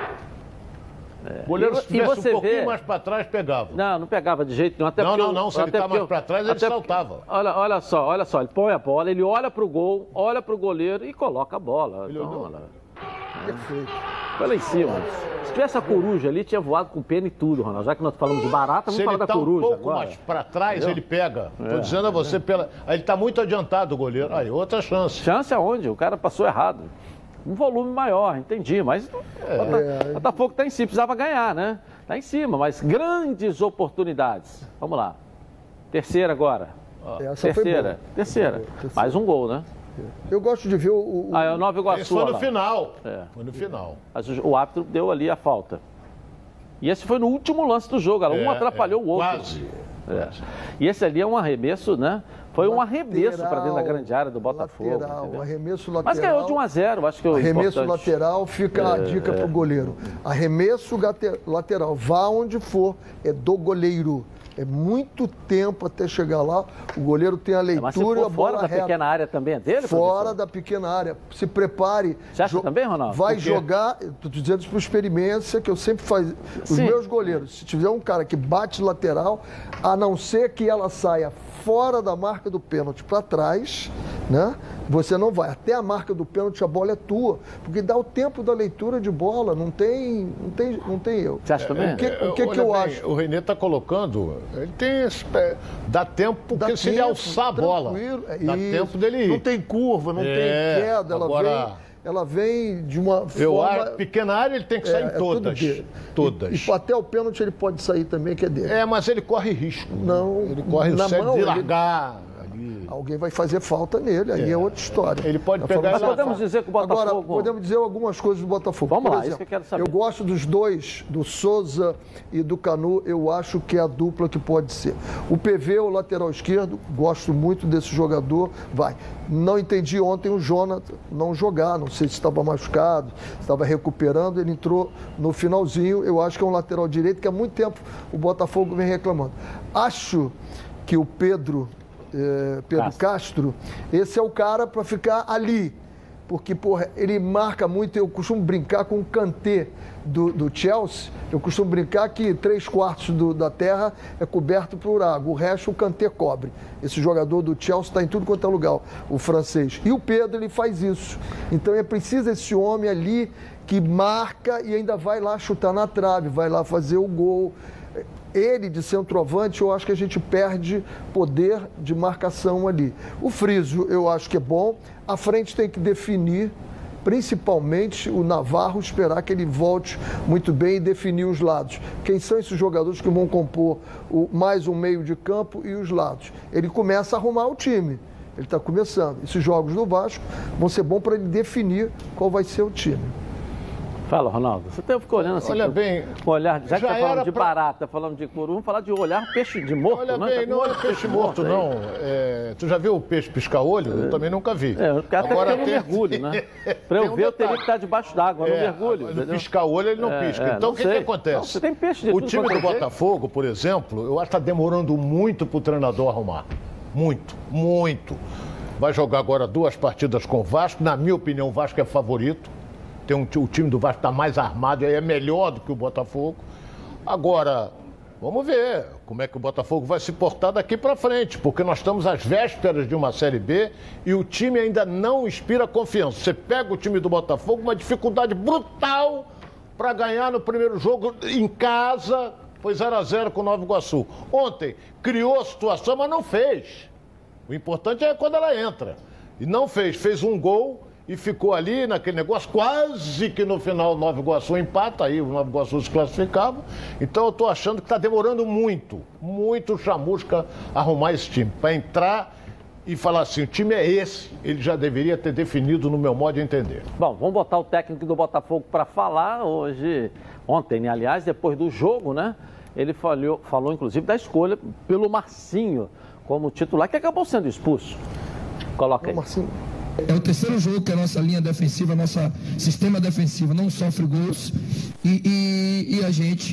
É. O goleiro, se tivesse um pouquinho vê... mais para trás, pegava. Não, não pegava de jeito nenhum. Até não, porque não, não. Se ele está mais para trás, ele saltava. Porque... Olha, olha só, olha só. Ele põe a bola, ele olha para o gol, olha para o goleiro e coloca a bola. Ele então, olhou. olha... Perfeito. Foi lá em cima. Se tivesse a coruja ali, tinha voado com pena e tudo, Ronaldo. Já que nós falamos de barata, vamos falar da coruja. Se ele tá um pouco agora. mais para trás, entendeu? Ele pega. Estou é, dizendo a você, é. pela... Aí ele está muito adiantado, o goleiro. Aí, outra chance. Chance aonde? O cara passou errado. Um volume maior, entendi, mas é. o Botafogo está em cima, precisava ganhar, né? Está em cima, mas grandes oportunidades. Vamos lá. Terceira agora. Essa Terceira. Foi Terceira. Foi Terceira. Mais um gol, né? Eu gosto de ver o... o... Ah, é o Nova Iguaçu. Esse foi no lá. final. É. Foi no final. Mas o, o árbitro deu ali a falta. E esse foi no último lance do jogo. Um é, atrapalhou é. o outro. Quase. É. E esse ali é um arremesso, né? Foi lateral, um arremesso para dentro da grande área do Botafogo. Lateral, um arremesso lateral. Mas ganhou de um a zero, acho que é o Arremesso importante. lateral, fica é, a dica é. para o goleiro. Arremesso lateral, vá onde for, é do goleiro. É muito tempo até chegar lá. O goleiro tem a leitura. Mas se for a bola fora da reta. pequena área também é dele? Fora professor? da pequena área. Se prepare. Você acha também, Ronaldo? Vai jogar, estou dizendo isso por experiência, que eu sempre faço. Os Sim. meus goleiros, se tiver um cara que bate lateral, a não ser que ela saia fora da marca do pênalti para trás, né? Você não vai. Até a marca do pênalti, a bola é tua. Porque dá o tempo da leitura de bola, não tem, não tem, não tem eu. Você acha também? O que, o que, que eu bem, acho? O Renê está colocando, ele tem esse, dá tempo, porque dá se tempo, ele alçar a bola, é dá isso. tempo dele ir. Não tem curva, não é, tem queda, ela agora... vem... ela vem de uma Eu forma... acho, pequena área ele tem que sair é, em todas. É todas. E, e até o pênalti ele pode sair também, que é dele. É, mas ele corre risco. Não. Ele corre na o sério mão, de ele... largar. Alguém vai fazer falta nele, aí é, é outra história. Ele pode pegar... Mas podemos dizer que o Botafogo... Agora, podemos dizer algumas coisas do Botafogo. Vamos Por lá, exemplo, isso que eu quero saber. Eu gosto dos dois, do Souza e do Canu, eu acho que é a dupla que pode ser. O P V, o lateral esquerdo, gosto muito desse jogador, vai. Não entendi ontem o Jonathan não jogar, não sei se estava machucado, se estava recuperando, ele entrou no finalzinho, eu acho que é um lateral direito que há muito tempo o Botafogo vem reclamando. Acho que o Pedro... É, Pedro Castro. Castro, esse é o cara para ficar ali, porque porra, ele marca muito. Eu costumo brincar com o Kanté do, do Chelsea, eu costumo brincar que três quartos do, da terra é coberto por água, o resto o Kanté cobre. Esse jogador do Chelsea está em tudo quanto é lugar, o francês. E o Pedro, ele faz isso. Então é preciso esse homem ali que marca e ainda vai lá chutar na trave, vai lá fazer o gol. Ele, de centroavante, eu acho que a gente perde poder de marcação ali. O Friso, eu acho que é bom. A frente tem que definir, principalmente o Navarro, esperar que ele volte muito bem e definir os lados. Quem são esses jogadores que vão compor o, mais um meio de campo e os lados? Ele começa a arrumar o time. Ele está começando. Esses jogos do Vasco vão ser bons para ele definir qual vai ser o time. Fala, Ronaldo. Você até ficou olhando assim. Olha bem. Com olhar, já, já que tá falando de pra... barata, falando de curu, vamos falar de olhar peixe de morto. Olha né? bem, tá não é peixe morto, não. É, tu já viu o peixe piscar-olho? Eu também nunca vi. É, até Agora tem um tem... mergulho, né? Para eu um ver, eu teria que estar debaixo d'água, é, no mergulho. No piscar-olho, ele não é, pisca. É, então, o que, que acontece? Não, você tem peixe de O time do Botafogo, por exemplo, eu acho que está demorando muito para o treinador arrumar. Muito, muito. Vai jogar agora duas partidas com o Vasco. Na minha opinião, o Vasco é favorito. Tem um, o time do Vasco está mais armado e aí é melhor do que o Botafogo. Agora, vamos ver como é que o Botafogo vai se portar daqui para frente, porque nós estamos às vésperas de uma Série B e o time ainda não inspira confiança. Você pega o time do Botafogo, uma dificuldade brutal para ganhar no primeiro jogo em casa, foi zero a zero com o Nova Iguaçu. Ontem criou a situação, mas não fez. O importante é quando ela entra. E não fez, fez um gol e ficou ali naquele negócio, quase que no final o Nova Iguaçu empata, aí o Nova Iguaçu se classificava. Então eu estou achando que está demorando muito, muito chamusca arrumar esse time. Para entrar e falar assim, o time é esse, ele já deveria ter definido no meu modo de entender. Bom, vamos botar o técnico do Botafogo para falar hoje, ontem, aliás, depois do jogo, né? Ele falou, falou inclusive da escolha pelo Marcinho como titular, que acabou sendo expulso. Coloca aí. Marcinho. É o terceiro jogo que a nossa linha defensiva, nosso sistema defensivo não sofre gols e, e, e a gente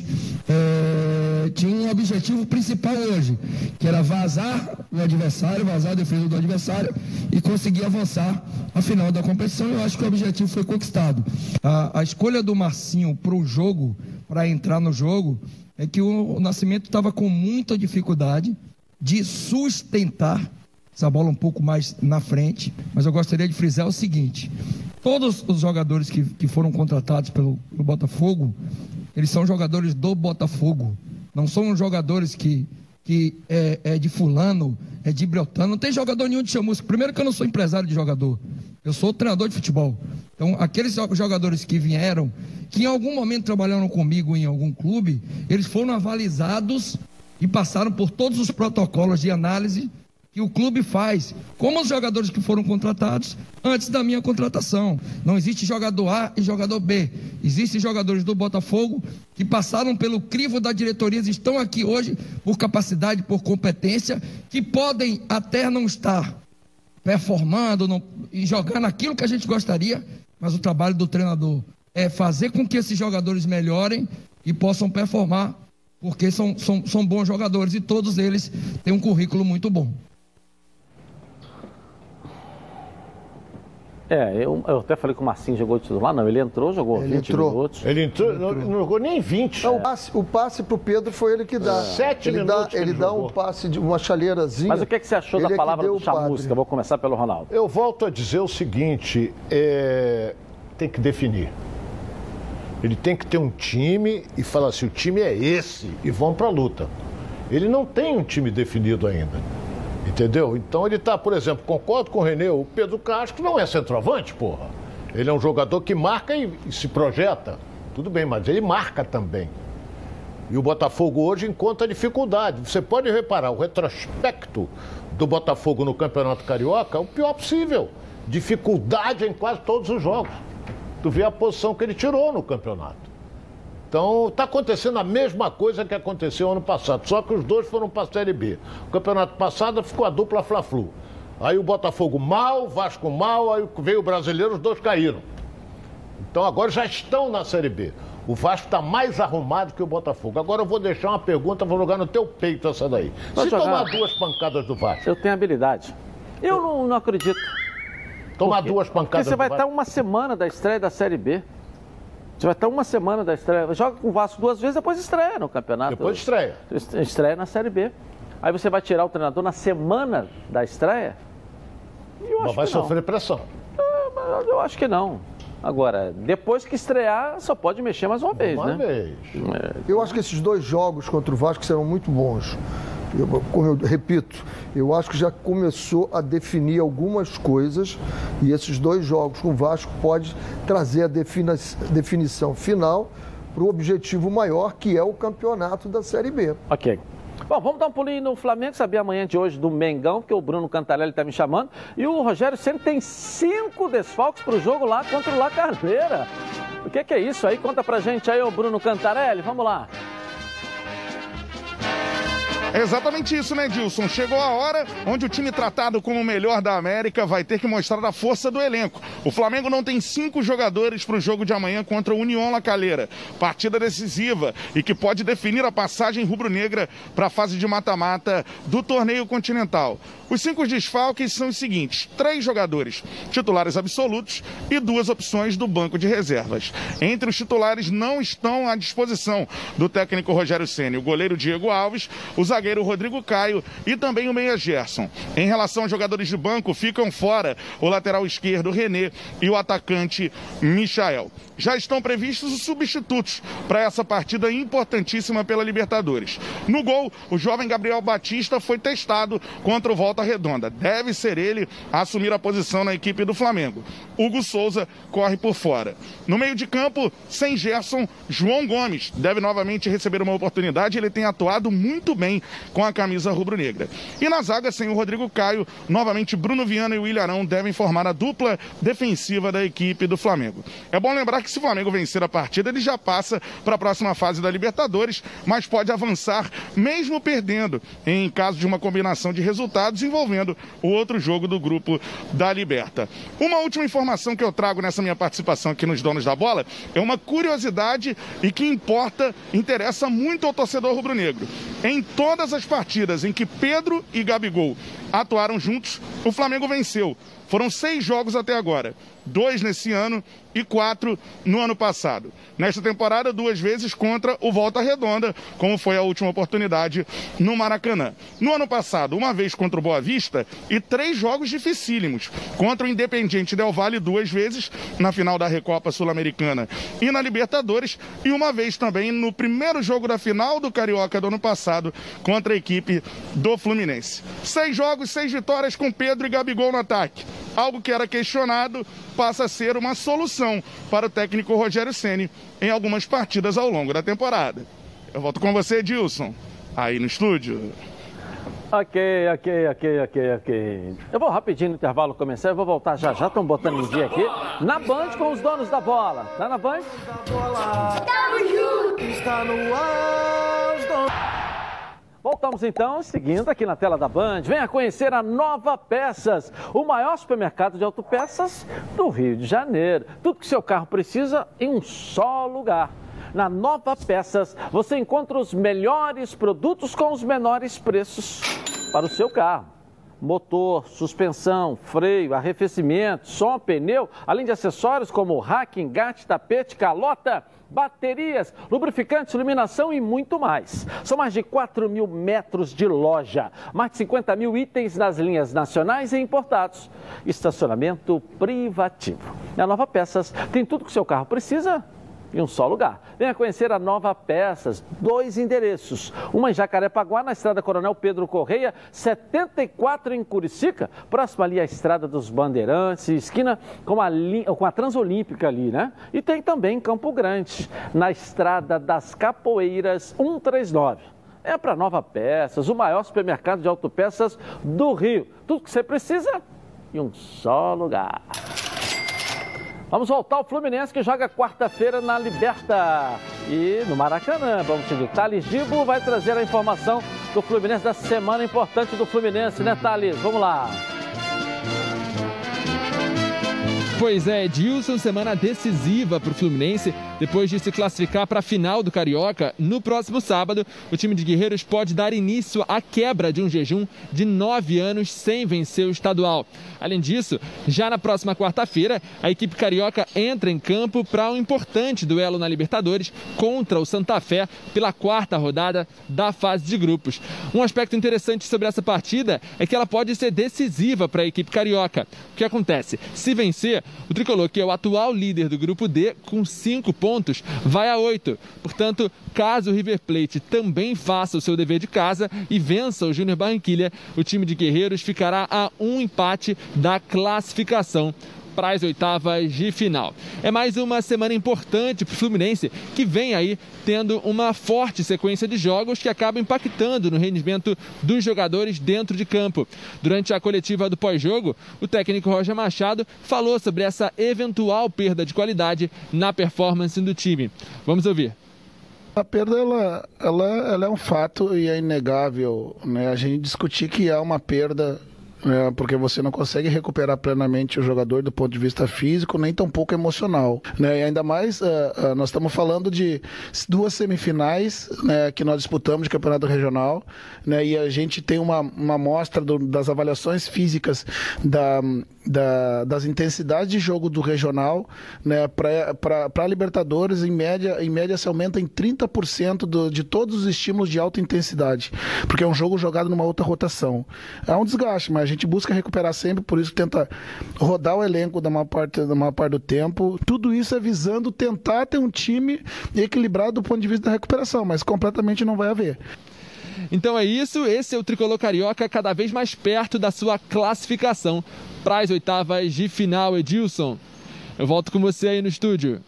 é, tinha um objetivo principal hoje, que era vazar o adversário, vazar a defesa do adversário e conseguir avançar a final da competição. Eu acho que o objetivo foi conquistado. A, a escolha do Marcinho para o jogo, para entrar no jogo, é que o, o Nascimento estava com muita dificuldade de sustentar essa bola um pouco mais na frente, mas eu gostaria de frisar o seguinte: todos os jogadores que, que foram contratados pelo, pelo Botafogo, eles são jogadores do Botafogo, não são jogadores que, que é, é de fulano, é de Beltrano, não tem jogador nenhum de chamusca. Primeiro que eu não sou empresário de jogador, eu sou treinador de futebol. Então, aqueles jogadores que vieram, que em algum momento trabalharam comigo em algum clube, eles foram avalizados e passaram por todos os protocolos de análise que o clube faz, como os jogadores que foram contratados antes da minha contratação. Não existe jogador A e jogador B. Existem jogadores do Botafogo que passaram pelo crivo da diretoria, estão aqui hoje por capacidade, por competência, que podem até não estar performando não, e jogando aquilo que a gente gostaria, mas o trabalho do treinador é fazer com que esses jogadores melhorem e possam performar, porque são, são, são bons jogadores e todos eles têm um currículo muito bom. É, eu, eu até falei que o Marcinho jogou de titular, não, ele entrou, jogou ele vinte entrou. minutos. Ele entrou, ele entrou. Não, não jogou nem vinte. Não, o passe, o passe pro Pedro foi ele que dá. É. Sete ele minutos dá, ele dá um passe de uma chaleirazinha. Mas o que, é que você achou da é palavra do chamusca? Vou começar pelo Ronaldo. Eu volto a dizer o seguinte, é, tem que definir. Ele tem que ter um time e falar assim, o time é esse, e vão pra luta. Ele não tem um time definido ainda. Entendeu? Então ele tá, por exemplo, concordo com o Renê, o Pedro Castro não é centroavante, porra. Ele é um jogador que marca e, e se projeta. Tudo bem, mas ele marca também. E o Botafogo hoje encontra dificuldade. Você pode reparar, o retrospecto do Botafogo no Campeonato Carioca é o pior possível. Dificuldade em quase todos os jogos. Tu vê a posição que ele tirou no campeonato. Então, está acontecendo a mesma coisa que aconteceu ano passado, só que os dois foram para a Série B. O campeonato passado ficou a dupla Fla-Flu. Aí o Botafogo mal, o Vasco mal, aí veio o Brasileiro, os dois caíram. Então agora já estão na Série B. O Vasco está mais arrumado que o Botafogo. Agora eu vou deixar uma pergunta, vou jogar no teu peito essa daí. Pode Se jogar. tomar duas pancadas do Vasco... Eu tenho habilidade. Eu não, não acredito. Tomar duas pancadas Porque você vai do Vasco... estar uma semana da estreia da Série B. Você vai estar uma semana da estreia. Joga com o Vasco duas vezes, depois estreia no campeonato. Depois estreia. Estreia na Série B. Aí você vai tirar o treinador na semana da estreia? Eu Mas acho vai que não. sofrer pressão. É, eu acho que não. Agora, depois que estrear, só pode mexer mais uma vez, Uma né? vez. É. Eu acho que esses dois jogos contra o Vasco serão muito bons. Eu, como eu repito, eu acho que já começou a definir algumas coisas e esses dois jogos com o Vasco pode trazer a defini- definição final para o objetivo maior, que é o campeonato da Série B. Ok. Bom, vamos dar um pulinho no Flamengo, saber amanhã de hoje do Mengão, porque o Bruno Cantarelli está me chamando. E o Rogério Ceni tem cinco desfalques para o jogo lá contra o La Calera. O que, que é isso aí? Conta pra gente aí, o Bruno Cantarelli. Vamos lá. É exatamente isso, né, Dilson? Chegou a hora onde o time tratado como o melhor da América vai ter que mostrar a força do elenco. O Flamengo não tem cinco jogadores para o jogo de amanhã contra o União La Calera. Partida decisiva e que pode definir a passagem rubro-negra para a fase de mata-mata do torneio continental. Os cinco desfalques são os seguintes: três jogadores titulares absolutos e duas opções do banco de reservas. Entre os titulares não estão à disposição do técnico Rogério Ceni: o goleiro Diego Alves, o zagueiro Rodrigo Caio e também o meia Gerson. Em relação aos jogadores de banco, ficam fora o lateral esquerdo René e o atacante Michael. Já estão previstos os substitutos para essa partida importantíssima pela Libertadores. No gol, o jovem Gabriel Batista foi testado contra o Volta Redonda. Deve ser ele a assumir a posição na equipe do Flamengo. Hugo Souza corre por fora. No meio de campo, sem Gerson, João Gomes deve novamente receber uma oportunidade. Ele tem atuado muito bem com a camisa rubro-negra. E na zaga, sem o Rodrigo Caio, novamente Bruno Viana e o Ilharão devem formar a dupla defensiva da equipe do Flamengo. É bom lembrar que se o Flamengo vencer a partida, ele já passa para a próxima fase da Libertadores, mas pode avançar mesmo perdendo, em caso de uma combinação de resultados envolvendo o outro jogo do grupo da Liberta. Uma última informação que eu trago nessa minha participação aqui nos Donos da Bola é uma curiosidade e que importa, interessa muito ao torcedor rubro-negro. Em todas as partidas em que Pedro e Gabigol atuaram juntos, o Flamengo venceu. Foram seis jogos até agora, dois nesse ano e quatro no ano passado. Nesta temporada, duas vezes contra o Volta Redonda, como foi a última oportunidade no Maracanã. No ano passado, uma vez contra o Boa Vista e três jogos dificílimos. Contra o Independiente Del Valle duas vezes, na final da Recopa Sul-Americana e na Libertadores, e uma vez também no primeiro jogo da final do Carioca do ano passado, contra a equipe do Fluminense. Seis jogos, seis vitórias com Pedro e Gabigol no ataque. Algo que era questionado passa a ser uma solução para o técnico Rogério Ceni em algumas partidas ao longo da temporada. Eu volto com você, Dilson, aí no estúdio. Ok, ok, ok, ok, ok. Eu vou rapidinho no intervalo começar, eu vou voltar já já, estão botando em dia aqui, na Band com os Donos da Bola. Tá na Band? Tamo junto! Está no ar, os donos... Voltamos então, seguindo aqui na tela da Band. Venha conhecer a Nova Peças, o maior supermercado de autopeças do Rio de Janeiro. Tudo que seu carro precisa em um só lugar. Na Nova Peças, você encontra os melhores produtos com os menores preços para o seu carro. Motor, suspensão, freio, arrefecimento, som, pneu, além de acessórios como rack, engate, tapete, calota, baterias, lubrificantes, iluminação e muito mais. São mais de quatro mil metros de loja, mais de cinquenta mil itens nas linhas nacionais e importados. Estacionamento privativo. Na Nova Peças tem tudo que o seu carro precisa em um só lugar. Venha conhecer a Nova Peças, dois endereços. Uma em Jacarepaguá, na Estrada Coronel Pedro Correia, setenta e quatro em Curicica, próximo ali à Estrada dos Bandeirantes, esquina com a, com a Transolímpica ali, né? E tem também em Campo Grande, na Estrada das Capoeiras cento e trinta e nove. É para Nova Peças, o maior supermercado de autopeças do Rio. Tudo que você precisa em um só lugar. Vamos voltar ao Fluminense, que joga quarta-feira na Liberta e no Maracanã. Vamos seguir. Thales Dibo vai trazer a informação do Fluminense da semana importante do Fluminense, né, Thales? Vamos lá. Pois é, Edilson, semana decisiva para o Fluminense. Depois de se classificar para a final do Carioca, no próximo sábado, o time de Guerreiros pode dar início à quebra de um jejum de nove anos sem vencer o estadual. Além disso, já na próxima quarta-feira, a equipe carioca entra em campo para um importante duelo na Libertadores contra o Santa Fé pela quarta rodada da fase de grupos. Um aspecto interessante sobre essa partida é que ela pode ser decisiva para a equipe carioca. O que acontece? Se vencer, o tricolor, que é o atual líder do grupo D, com cinco pontos, vai a oito. Portanto, caso o River Plate também faça o seu dever de casa e vença o Júnior Barranquilla, o time de Guerreiros ficará a um empate da classificação para as oitavas de final. É mais uma semana importante para o Fluminense, que vem aí tendo uma forte sequência de jogos que acaba impactando no rendimento dos jogadores dentro de campo. Durante a coletiva do pós-jogo, o técnico Roger Machado falou sobre essa eventual perda de qualidade na performance do time. Vamos ouvir. A perda ela, ela, ela é um fato e é inegável, né? A gente discutir que há uma perda, é, porque você não consegue recuperar plenamente o jogador do ponto de vista físico, nem tampouco emocional, né? E ainda mais, uh, uh, nós estamos falando de duas semifinais, né, que nós disputamos de campeonato regional, né, e a gente tem uma, uma amostra do, das avaliações físicas da, da, das intensidades de jogo do regional, né, para a Libertadores, em média, em média se aumenta em trinta por cento do, de todos os estímulos de alta intensidade, porque é um jogo jogado numa outra rotação. É um desgaste, mas a gente busca recuperar sempre, por isso tenta rodar o elenco da maior parte, da maior parte do tempo. Tudo isso é visando tentar ter um time equilibrado do ponto de vista da recuperação, mas completamente não vai haver. Então é isso, esse é o Tricolor Carioca cada vez mais perto da sua classificação para as oitavas de final, Edilson. Eu volto com você aí no estúdio.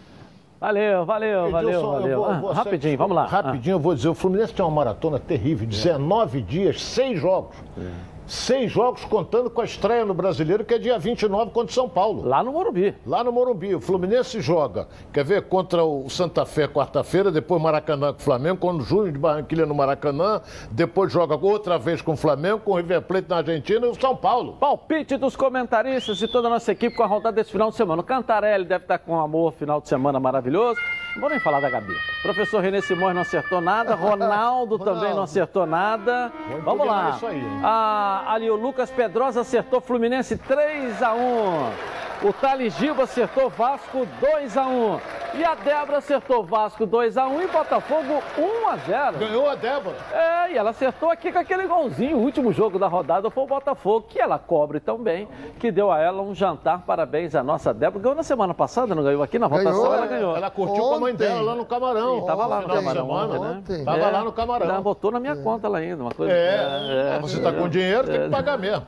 Valeu, valeu, valeu, Edilson, valeu. Vou, vou ah, rapidinho, vamos lá. Rapidinho, ah. eu vou dizer, o Fluminense tem uma maratona terrível, dezenove dias, seis jogos. É. Seis jogos contando com a estreia no Brasileiro, que é dia vinte e nove contra o São Paulo. Lá no Morumbi. Lá no Morumbi. O Fluminense joga, quer ver, contra o Santa Fé quarta-feira, depois Maracanã com o Flamengo, quando o Júnior de Barranquilla no Maracanã, depois joga outra vez com o Flamengo, com o River Plate na Argentina e o São Paulo. Palpite dos comentaristas e toda a nossa equipe com a rodada desse final de semana. O Cantarelli deve estar com amor, final de semana maravilhoso. Não vou nem falar da Gabi. Professor René Simões não acertou nada, Ronaldo, Ronaldo. também não acertou nada. Vamos, Vamos lá. Isso aí, ah, ali o Lucas Pedrosa acertou Fluminense três a um. O Thales Dibo acertou Vasco dois a um. E a Débora acertou Vasco dois a um e Botafogo um a zero. Ganhou a Débora. É, e ela acertou aqui com aquele golzinho. O último jogo da rodada foi o Botafogo, que ela cobre tão bem, que deu a ela um jantar. Parabéns à nossa Débora. Ganhou na semana passada, não ganhou aqui na votação? Ganhou, ela ganhou. Ela curtiu ontem com a mãe dela lá no Camarão. Sim, tava lá no Camarão ontem, né? Ontem. Tava é, lá no Camarão. Ela botou na minha é. conta lá ainda, uma coisa. É, é você tá é, com dinheiro, é, tem que pagar mesmo.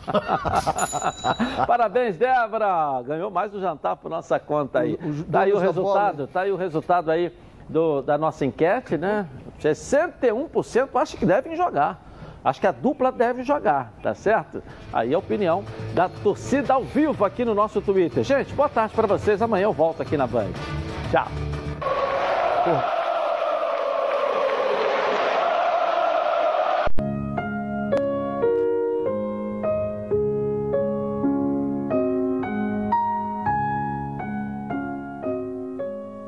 Parabéns, Débora. Ganhou mais do jantar por nossa conta aí. Os, tá aí o resultado, tá aí o resultado aí do, da nossa enquete, né? sessenta e um por cento acho que devem jogar. Acho que a dupla deve jogar, tá certo? Aí a opinião da torcida ao vivo aqui no nosso Twitter. Gente, boa tarde para vocês. Amanhã eu volto aqui na Band. Tchau.